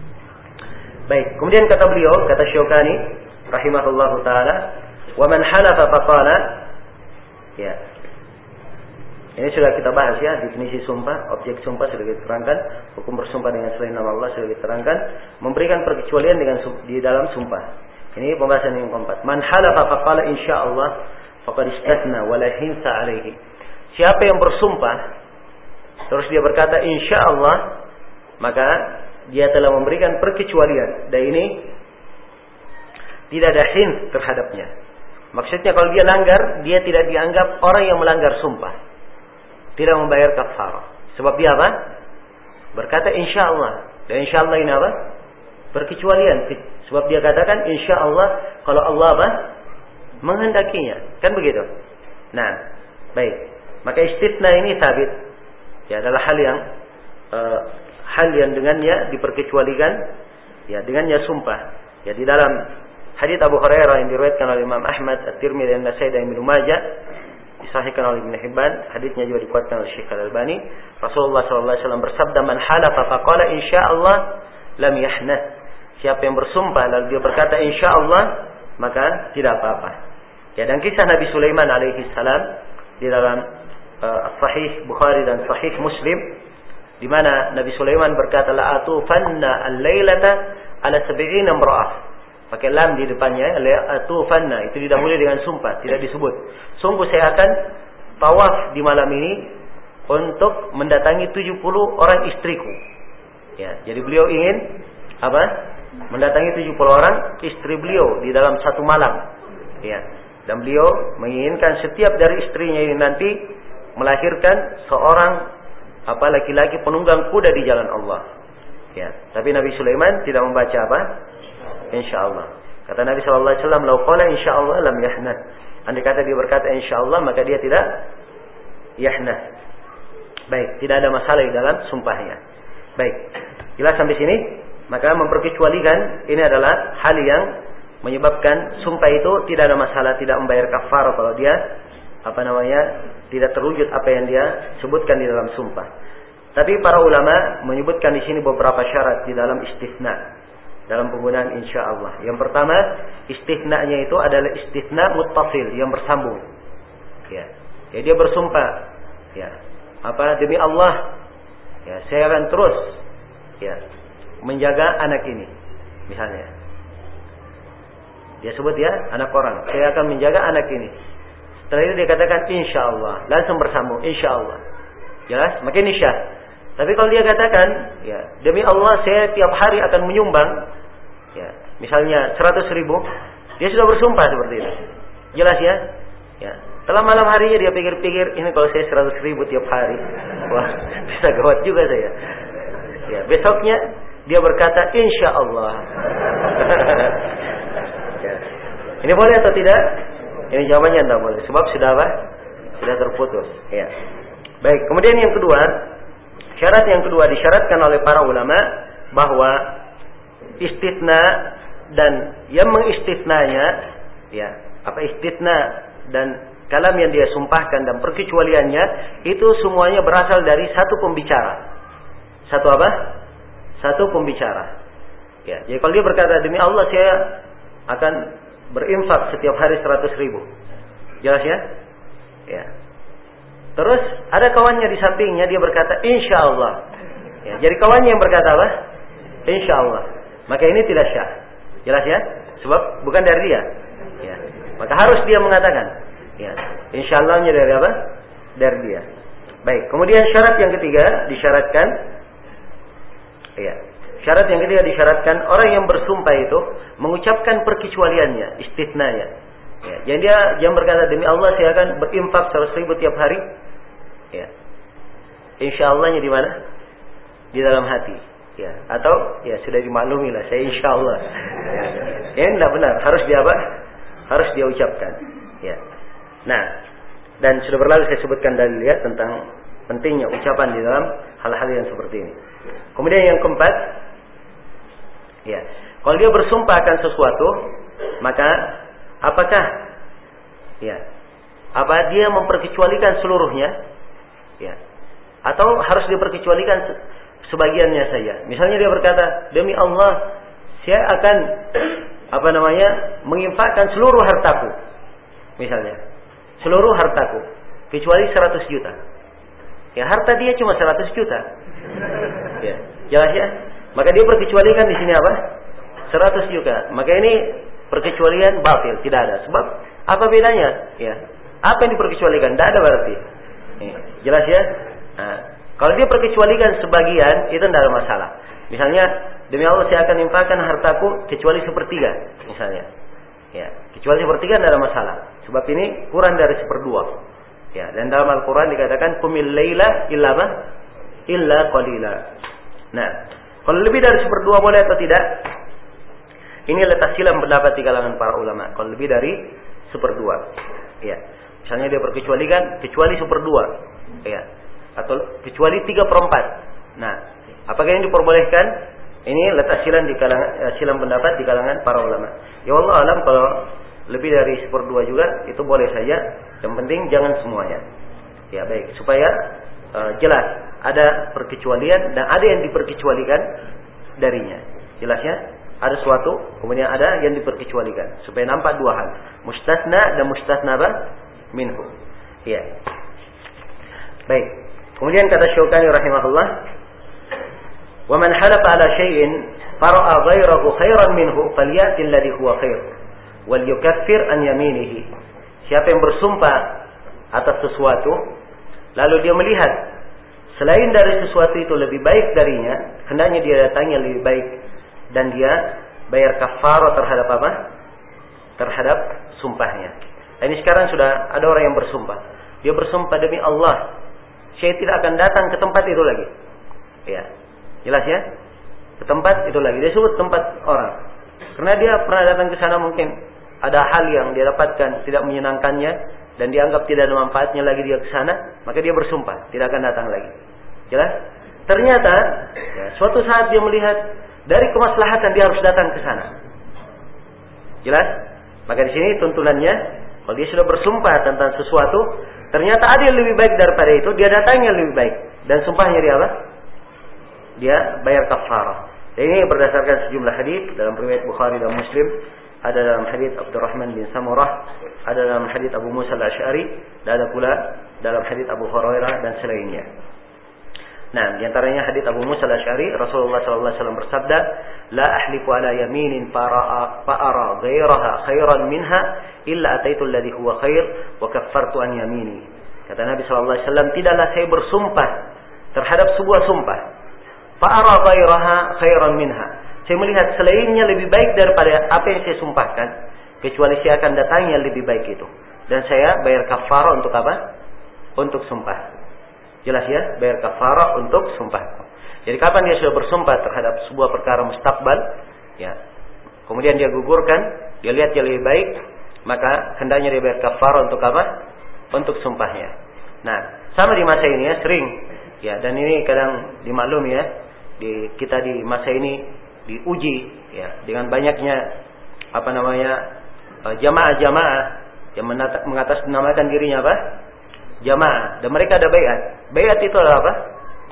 Baik, kemudian kata beliau, kata Syaukani rahimahullahu taala, wa man halafa faqala, ya. Ini sudah kita bahas ya, definisi sumpah, objek sumpah sudah kita terangkan, hukum bersumpah dengan selain nama Allah sudah kita terangkan, memberikan perkecualian dengan di dalam sumpah. Ini pembahasan yang keempat. Man halafa faqala insyaallah faqad istathna wa la hinsa alaihi. Siapa yang bersumpah terus dia berkata insyaallah, maka dia telah memberikan perkecualian, dan ini tidak ada hins terhadapnya. Maksudnya kalau dia langgar, dia tidak dianggap orang yang melanggar sumpah, tidak membayar kafarah. Sebab dia apa? Berkata insyaallah. Dan insyaallah ini apa? Perkecualian. Sebab dia katakan insyaallah kalau Allah apa? Menghendakinya. Kan begitu? Nah, baik. Maka istitsna ini sabit. Ya, adalah hal yang uh, hal yang dengannya diperkecualikan, ya, dengannya sumpah. Ya, di dalam hadits Abu Hurairah yang diriwayatkan oleh Imam Ahmad, At-Tirmidzi, dan Nasai dan Ibnu Majah, disahihkan oleh Ibnu Hibban, haditsnya juga dikuatkan oleh Syekh Al-Albani. Rasulullah sallallahu alaihi wasallam bersabda, "Man halafa faqala insyaallah lam yahnath." Siapa yang bersumpah lalu dia berkata insyaallah, maka tidak apa-apa. Ya, dan kisah Nabi Sulaiman alaihi salam di dalam uh, Sahih Bukhari dan Sahih Muslim, di mana Nabi Sulaiman berkata, "La atufanna al-lailata ala sab'ina imra'ah." Pakai lam di depannya, la atufanna, itu didahului dengan sumpah, tidak disebut. Sungguh saya akan tawaf di malam ini untuk mendatangi tujuh puluh orang istriku. Ya, jadi beliau ingin apa? Mendatangi tujuh puluh orang istri beliau di dalam satu malam. Ya. Dan beliau menginginkan setiap dari istrinya ini nanti melahirkan seorang apa laki-laki penunggang kuda di jalan Allah. Ya, tapi Nabi Sulaiman tidak membaca apa? Insyaallah. Kata Nabi sallallahu alaihi wasallam, "Lau qala insyaallah lam yahnath." Andai kata dia berkata insyaallah, maka dia tidak yahnath. Baik, tidak ada masalah di dalam sumpahnya. Baik. Jelas sampai sini? Maka memperkecualikan ini adalah hal yang menyebabkan sumpah itu tidak ada masalah, tidak membayar kafarah kalau dia apa namanya tidak terwujud apa yang dia sebutkan di dalam sumpah. Tapi para ulama menyebutkan di sini beberapa syarat di dalam istitsna dalam penggunaan insyaallah. Yang pertama, istitsnanya itu adalah istitsna muttasil, yang bersambung. Ya. Ya, dia bersumpah, ya, apa demi Allah, ya, saya akan terus, ya, menjaga anak ini, misalnya. Dia sebut ya, anak orang, saya akan menjaga anak ini. Setelah itu dia katakan insyaallah, langsung bersambung insyaallah. Jelas? Makin isyah. Tapi kalau dia katakan, ya, demi Allah saya tiap hari akan menyumbang, ya, misalnya seratus ribu, dia sudah bersumpah seperti itu. Jelas ya? Ya. Setelah malam harinya dia pikir-pikir, ini kalau saya seratus ribu tiap hari, wah, bisa gawat juga saya. Ya, besoknya dia berkata insya Allah. Ya. Ini boleh atau tidak? Ini jawabannya tidak boleh. Sebab sudah apa? Sudah terputus. Ya. Baik. Kemudian yang kedua, syarat yang kedua disyaratkan oleh para ulama bahwa istitsna dan yang mengistitsnanya, ya, apa istitsna dan kalam yang dia sumpahkan dan perkecualiannya itu semuanya berasal dari satu pembicara. Satu apa? Satu pembicara. Ya, jadi kalau dia berkata demi Allah saya akan berinfak setiap hari seratus ribu. Jelas ya? Ya. Terus ada kawannya di sampingnya dia berkata insya Allah. Ya, jadi kawannya yang berkata apa? Insya Allah. Maka ini tidak syah. Jelas ya? Sebab bukan dari dia. Ya. Maka harus dia mengatakan. Ya. Insya Allahnya dari apa? Dari dia. Baik. Kemudian syarat yang ketiga disyaratkan. Ya. Syarat yang ketiga disyaratkan orang yang bersumpah itu mengucapkan perkecualiannya, istitsnanya. Ya. Jadi dia yang berkata demi Allah saya akan berinfak seratus ribu tiap hari. Ya. Insya Allahnya di mana? Di dalam hati. Ya. Atau ya sudah dimaklumi lah saya insya Allah. Ya. Ya tidak benar. Harus dia apa? Harus dia ucapkan. Ya. Nah, dan sudah berlalu saya sebutkan dalil ya tentang pentingnya ucapan di dalam hal-hal yang seperti ini. Kemudian yang keempat, ya, kalau dia bersumpah akan sesuatu, maka apakah, ya, apa dia memperkecualikan seluruhnya, ya, atau harus diperkecualikan sebagiannya saja? Misalnya dia berkata, demi Allah, saya akan apa namanya menginfakkan seluruh hartaku, misalnya, seluruh hartaku, kecuali seratus juta. Ya harta dia cuma seratus juta. Ya, jelas ya. Maka dia perkecualikan di sini apa? seratus juta. Maka ini perkecualian batil, tidak ada. Sebab apa bedanya? Ya. Apa yang diperkecualikan? Tidak ada berarti. Ya. Jelas ya? Nah, kalau dia perkecualikan sebagian, itu tidak ada masalah. Misalnya, demi Allah saya akan infakkan hartaku kecuali sepertiga, misalnya. Ya, kecuali sepertiga tidak ada masalah. Sebab ini kurang dari seperdua. Ya, dan dalam Al-Quran dikatakan kumil laila illa ma illa qalila. Nah, kalau lebih dari seperdua boleh atau tidak? Ini letak silam pendapat di kalangan para ulama. Kalau lebih dari seperdua, ya. Misalnya dia perkecualikan kecuali seperdua, ya, atau kecuali tiga perempat. Nah, apakah yang diperbolehkan? Ini letak silam di kalangan silam pendapat di kalangan para ulama. Ya Allah alam, kalau lebih dari seperdua juga itu boleh saja. Yang penting jangan semuanya. Ya baik, supaya uh, jelas ada perkecualian dan ada yang diperkecualikan darinya. Jelasnya ada suatu, kemudian ada yang diperkecualikan supaya nampak dua hal, mustasna dan mustasna minhu. Ya. Baik. Kemudian kata Syaukani rahimahullah, "Wa man halafa ala syai'in fara'a ghairahu khairan minhu falyati alladhi huwa khair wal yukaffir an yaminihi." Siapa yang bersumpah atas sesuatu lalu dia melihat selain dari sesuatu itu lebih baik darinya, hendaknya dia datangi yang lebih baik dan dia bayar kafarah terhadap apa? Terhadap sumpahnya. Ini sekarang sudah ada orang yang bersumpah. Dia bersumpah demi Allah, saya tidak akan datang ke tempat itu lagi. Ya. Jelas ya? Ke tempat itu lagi. Dia sebut tempat orang. Karena dia pernah datang ke sana, mungkin ada hal yang dia dapatkan tidak menyenangkannya dan dianggap tidak ada manfaatnya lagi dia ke sana, maka dia bersumpah tidak akan datang lagi. Jelas? Ternyata ya, suatu saat dia melihat dari kemaslahatan dia harus datang ke sana. Jelas? Maka di sini tuntunannya, kalau dia sudah bersumpah tentang sesuatu, ternyata ada yang lebih baik daripada itu, dia datangnya lebih baik dan sumpahnya dia apa? Dia bayar kafarah. Dan ini berdasarkan sejumlah hadis dalam riwayat Bukhari dan Muslim. Ada dalam hadis Abdurrahman bin Samurah, ada dalam hadis Abu Musa al-Asy'ari, dan ada pula dalam hadis Abu Hurairah dan selainnya. Nah, di antaranya hadis Abu Musa al-Asy'ari, Rasulullah sallallahu alaihi wasallam bersabda, "La ahlifu ala yaminin fara'a fa'ara ghairaha khairan minha illa ataitu alladhi huwa khair wa kaffartu an yamini." Kata Nabi sallallahu alaihi wasallam, tidaklah saya bersumpah terhadap sebuah sumpah, fa'ara ghairaha khairan minha, saya melihat selainnya lebih baik daripada apa yang saya sumpahkan, kecuali saya akan datangi yang lebih baik itu. Dan saya bayar kafarah untuk apa? Untuk sumpah. Jelas ya? Bayar kafarah untuk sumpah. Jadi kapan dia sudah bersumpah terhadap sebuah perkara mustakbal, ya, kemudian dia gugurkan, dia lihat dia lebih baik, maka hendaknya dia bayar kafarah untuk apa? Untuk sumpahnya. Nah, sama di masa ini ya, sering, ya, dan ini kadang dimaklumi ya, di kita di masa ini diuji, ya, dengan banyaknya apa namanya jamaah-jamaah yang mengatasnamakan dirinya apa? Jamaah, dan mereka ada baiat. Baiat itu adalah apa?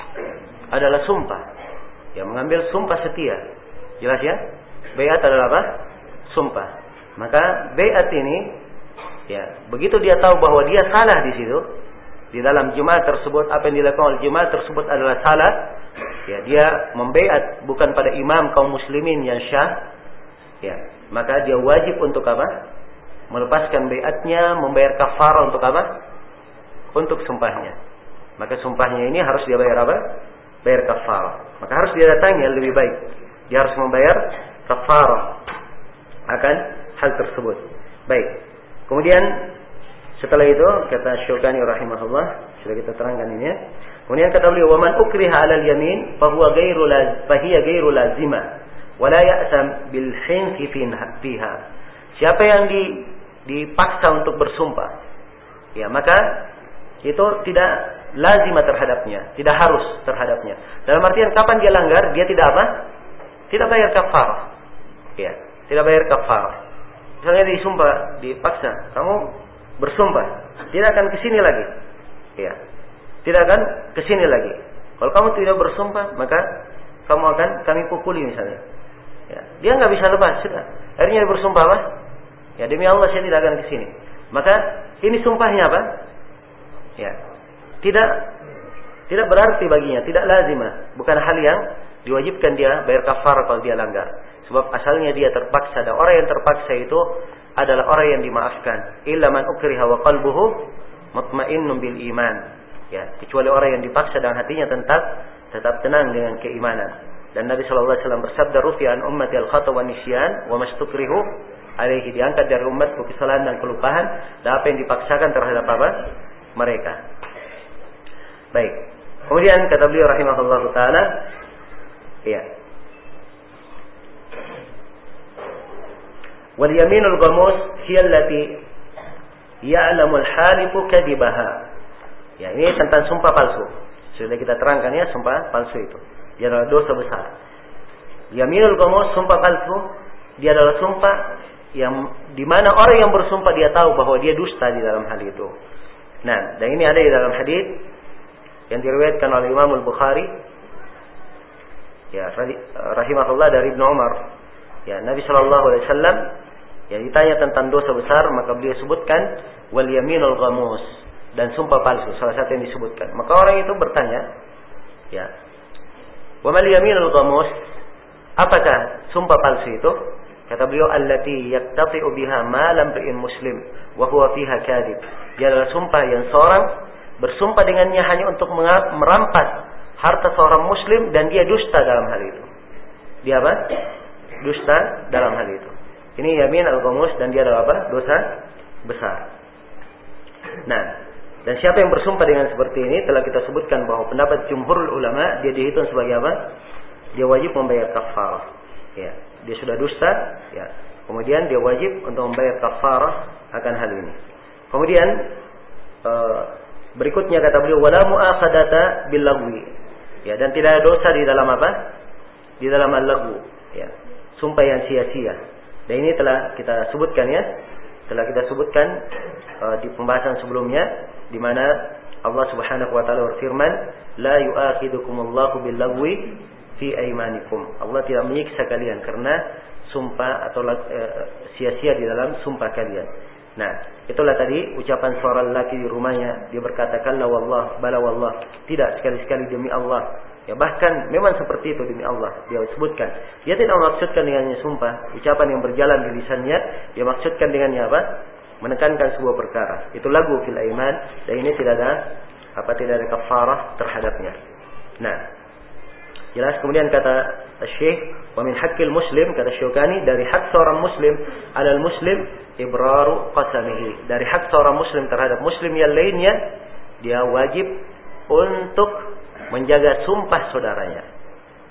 Adalah sumpah. Ya, mengambil sumpah setia. Jelas ya? Baiat adalah apa? Sumpah. Maka baiat ini, ya, begitu dia tahu bahwa dia salah di situ, di dalam jemaah tersebut, apa yang dilakukan oleh jemaah tersebut adalah salah, ya, dia membaiat bukan pada imam kaum muslimin yang syah, ya, maka dia wajib untuk apa? Melepaskan baiatnya, membayar kafarah untuk apa? Untuk sumpahnya. Maka sumpahnya ini harus dia bayar apa? Bayar kafarah. Maka harus dia datangi yang lebih baik. Dia harus membayar kafarah akan hal tersebut. Baik. Kemudian setelah itu kata Syukani rahimahullah, sudah kita terangkan ini ya. Kemudian kata beliau, "Wa man ukriha 'alal yamin fa huwa ghairu laz fa hiya ghairu lazimah wa la ya'sam bil hinsi fiha." Siapa yang di, dipaksa untuk bersumpah, ya, maka itu tidak lazimah terhadapnya, tidak harus terhadapnya. Dalam artian kapan dia langgar, dia tidak apa? Tidak bayar kafarah. Ya, tidak bayar kafarah. Misalnya disumpah, dipaksa, kamu bersumpah, tidak akan ke sini lagi. Ya. Tidak akan ke sini lagi. Kalau kamu tidak bersumpah, maka kamu akan kami pukuli misalnya. Ya. Dia nggak bisa lepas, sudah. Akhirnya dia bersumpah apa? Ya, demi Allah saya tidak akan ke sini. Maka ini sumpahnya apa? Ya. Tidak tidak berarti baginya, tidak lazimah, bukan hal yang diwajibkan dia bayar kafarah kalau dia langgar. Sebab asalnya dia terpaksa, dan orang yang terpaksa itu adalah orang yang dimaafkan. Illa man ukriha wa qalbuhu mutmainnun bil iman. Ya, kecuali orang yang dipaksa dan hatinya tetap tetap tenang dengan keimanan. Dan Nabi sallallahu alaihi wasallam bersabda, "Rufi'an ummati al-khata wa nisyan wa mastukrihu alaihi." Diangkat dari umatku kesalahan dan kelupaan dan apa yang dipaksakan terhadap apa? Mereka. Baik. Kemudian kata beliau rahimahullah taala, ya. Wal yaminul ghamus hiya allati ya'lamul halifu kadibaha. Ya, ini tentang sumpah palsu. Sudah kita terangkan ya, sumpah palsu itu. Dia adalah dosa besar. Yaminul ghamus, sumpah palsu, dia adalah sumpah yang di mana orang yang bersumpah dia tahu bahwa dia dusta di dalam hal itu. Nah, dan ini ada di dalam hadis yang diriwayatkan oleh Imam Al-Bukhari, ya, rahimahullah, dari Ibnu Umar. Ya, Nabi sallallahu alaihi wasallam ya ditanya tentang dosa besar, maka beliau sebutkan wal yaminul ghamus, dan sumpah palsu, salah satu yang disebutkan. Maka orang itu bertanya, ya, wa mal yaminul ghamus, apakah sumpah palsu itu? Kata beliau, allati yaqtati'u biha malam ri'in muslim wa huwa fiha kadhib. Dia adalah sumpah yang seorang bersumpah dengannya hanya untuk merampas harta seorang muslim dan dia dusta dalam hal itu. Dia apa? Dusta dalam hal itu. Ini yamin al-ghamus dan dia adalah apa? Dosa besar. Nah, dan siapa yang bersumpah dengan seperti ini telah kita sebutkan bahwa pendapat jumhurul ulama dia dihitung sebagai apa? Dia wajib membayar kafarah. Ya, dia sudah dusta, ya. Kemudian dia wajib untuk membayar kafarah akan hal ini. Kemudian uh, berikutnya kata beliau wala mu'akhadata bil lagwi. Ya, dan tidak ada dosa di dalam apa? Di dalam al-lagwu, ya. Sumpah yang sia-sia. Dan ini telah kita sebutkan ya. Telah kita sebutkan uh, di pembahasan sebelumnya di mana Allah Subhanahu wa taala berfirman, "La yu'akhidukumullahu bil lagwi fi aymanikum." Allah tidak menyiksa kalian karena sumpah atau uh, sia-sia di dalam sumpah kalian. Nah, itulah tadi ucapan seorang lelaki di rumahnya, dia berkata, "Kalla wallah, bala wallah." Tidak, sekali-sekali demi Allah. Ya, bahkan memang seperti itu demi Allah. Dia sebutkan. Dia tidak maksudkan dengannya sumpah, ucapan yang berjalan di lisannya, dia maksudkan dengannya apa? Menekankan sebuah perkara. Itu lagu fil aiman, dan ini tidak ada apa tidak ada kafarah terhadapnya. Nah, jelas. Kemudian kata Syekh, "Wa min haqqil muslim," kata Syukani, dari hak seorang muslim alal muslim ibraru qasamihi. Dari hak seorang muslim terhadap muslim yang lainnya, dia wajib untuk menjaga sumpah saudaranya.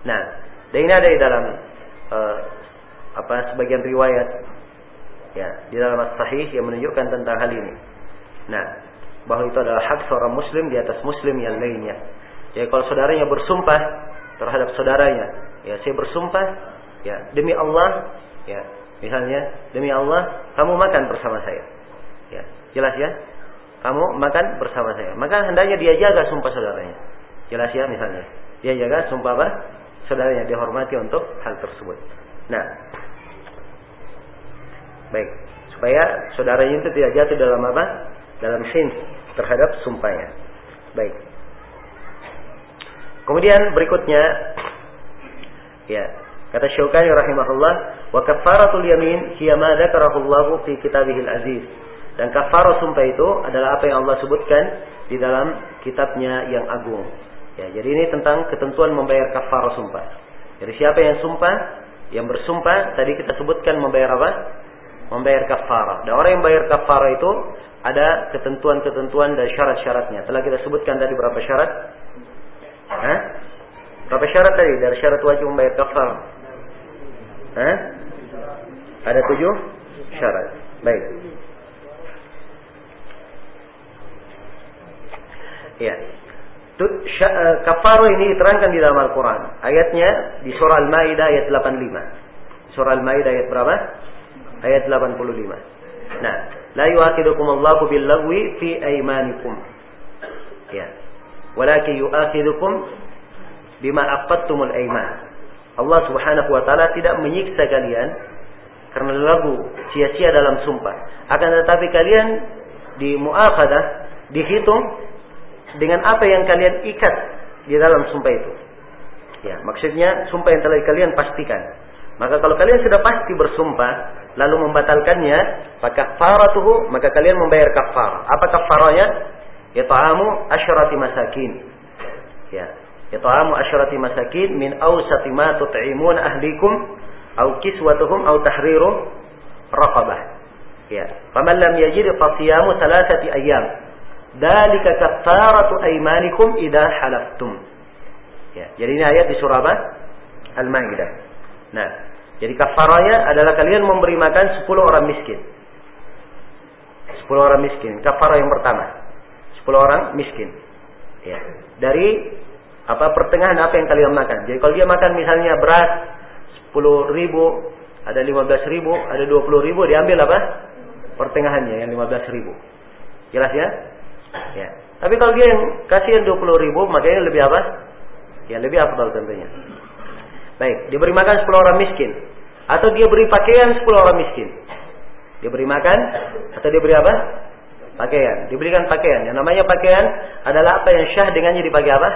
Nah, dan ini ada di dalam uh, apa sebagian riwayat ya di dalam as-sahih yang menunjukkan tentang hal ini. Nah, bahwa itu adalah hak seorang muslim di atas muslim yang lainnya. Jadi kalau saudaranya bersumpah terhadap saudaranya, ya saya bersumpah ya demi Allah, ya misalnya demi Allah kamu makan bersama saya. Ya, jelas ya? Kamu makan bersama saya. Maka hendaknya dia jaga sumpah saudaranya. Jelas ya misalnya. Dia jaga sumpah apa? Saudaranya, dihormati untuk hal tersebut. Nah, baik, supaya saudaranya itu tidak jatuh dalam apa? Dalam sin terhadap sumpahnya. Baik. Kemudian berikutnya, ya kata Syaukani rahimahullah, wa kaffaratul yamin hiya ma dzakarahu Allah fi kitabihil aziz. Dan kafarah sumpah itu adalah apa yang Allah sebutkan di dalam kitabnya yang agung. Ya, jadi ini tentang ketentuan membayar kafarah sumpah. Jadi siapa yang sumpah, yang bersumpah, tadi kita sebutkan membayar apa? Membayar kafarah. Dan orang yang bayar kafarah itu ada ketentuan-ketentuan dan syarat-syaratnya. Telah kita sebutkan tadi berapa syarat? Hah? Berapa syarat tadi dari syarat wajib membayar kafarah? Hah? Ada tujuh syarat. Baik. Ya. Kafarah ini diterangkan di dalam Al-Quran. Ayatnya di surah Al-Maidah ayat delapan puluh lima. Surah Al-Maidah ayat berapa? Ayat delapan puluh lima. Nah, la yu'akhidukumullahu bil-lagwi fi aymanikum. Ya. Walakin yu'akhidukum bima aqadtumul ayman. Allah Subhanahu wa taala tidak menyiksa kalian karena lagu sia-sia dalam sumpah. Akan tetapi kalian di mu'akhadah dihitung dengan apa yang kalian ikat di dalam sumpah itu. Ya, maksudnya sumpah yang telah kalian pastikan. Maka kalau kalian sudah pasti bersumpah lalu membatalkannya, maka kafaratuhu, maka kalian membayar kafarah. Apa kafarahnya? It'amu asyrati masakin. Ya, it'amu asyrati masakin min awsati ma tut'imun ahlikum aw kiswatuhum aw tahriru raqabah. Ya, faman lam yajid fa siyamu thalathati ayyam. Dalika kafaratu aymanikum idza halaftum. Ya, jadi ini ayat di surah apa? Al-Maidah. Nah, jadi kafarahnya adalah kalian memberi makan sepuluh orang miskin. sepuluh orang miskin, kafarah yang pertama. sepuluh orang miskin. Ya, dari apa pertengahan apa yang kalian makan. Jadi kalau dia makan misalnya beras sepuluh ribu, ada lima belas ribu, ada dua puluh ribu, diambil apa? Pertengahannya yang lima belas ribu. Jelas ya? Ya. Tapi kalau dia yang kasih yang dua puluh ribu, makanya lebih apa? Ya lebih afdal tentunya. Baik, dia beri makan sepuluh orang miskin. Atau dia beri pakaian sepuluh orang miskin. Dia beri makan, atau dia beri apa? Pakaian. Diberikan pakaian. Yang namanya pakaian adalah apa yang syah dengannya dipakai apa?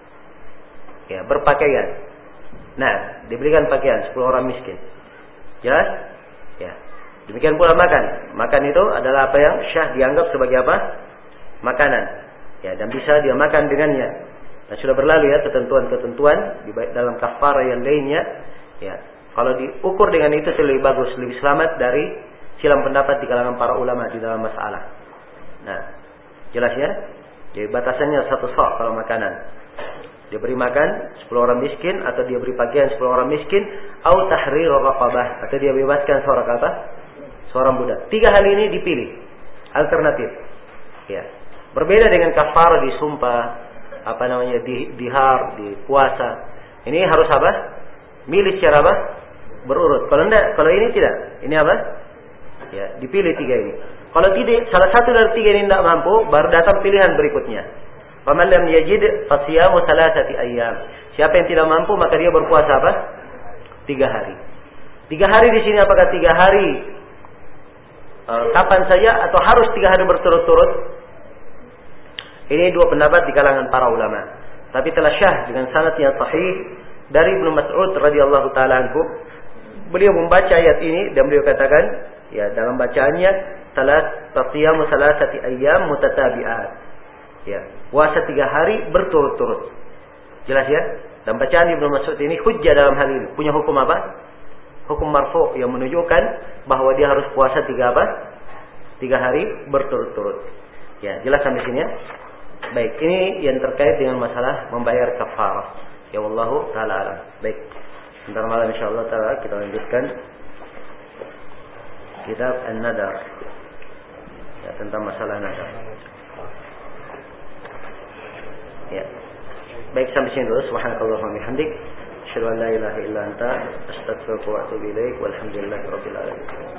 Ya, berpakaian. Nah, diberikan pakaian sepuluh orang miskin. Jelas? Ya. Demikian pula makan. Makan itu adalah apa yang syah dianggap sebagai apa? Makanan, ya, dan bisa dia makan dengannya. Nah, sudah berlalu ya ketentuan-ketentuan di dalam kafarah yang lainnya. Ya, kalau diukur dengan itu lebih bagus, lebih selamat dari silang pendapat di kalangan para ulama di dalam masalah. Nah, jelas ya. Jadi batasannya satu sok kalau makanan. Dia beri makan sepuluh orang miskin, atau dia beri pakaian sepuluh orang miskin, atau tahrir raqabah, atau dia bebaskan seorang apa? Seorang budak. Tiga hal ini dipilih, alternatif. Ya. Berbeda dengan kafarah di sumpah, apa namanya di dihar, di puasa. Ini harus apa? Milih secara apa? Berurut. Kalau enggak, kalau ini tidak. Ini apa? Ya, dipilih tiga ini. Kalau tidak, salah satu dari tiga ini tidak mampu, baru datang pilihan berikutnya. Faman lam yajid fasiyamu thalathati ayyam. Siapa yang tidak mampu, maka dia berpuasa apa? Tiga hari. Tiga hari di sini apakah tiga hari e, kapan saja atau harus tiga hari berturut-turut? Ini dua pendapat di kalangan para ulama. Tapi telah syah dengan sanad yang sahih dari Ibnu Mas'ud radhiyallahu taala anhu. Beliau membaca ayat ini dan beliau katakan, ya dalam bacaannya, salat tasiyamu salasati ayyam mutatabi'at. Ya, puasa tiga hari berturut-turut. Jelas ya? Dan bacaan Ibnu Mas'ud ini hujjah dalam hal ini. Punya hukum apa? Hukum marfu yang menunjukkan bahwa dia harus puasa tiga apa? Tiga hari berturut-turut. Ya, jelas sampai sini ya? Baik, ini yang terkait dengan masalah membayar kafarah. Ya wallahu taala alam. Baik. Sebentar malam insyaallah taala kita lanjutkan kitab An-Nadar. Ya, tentang masalah nadar. Ya. Baik, sampai sini dulu. Subhanakallahumma wa bihamdik, asyhadu an la ilaha illa anta, astaghfiruka wa atubu ilaik. Walhamdulillahirabbil alamin.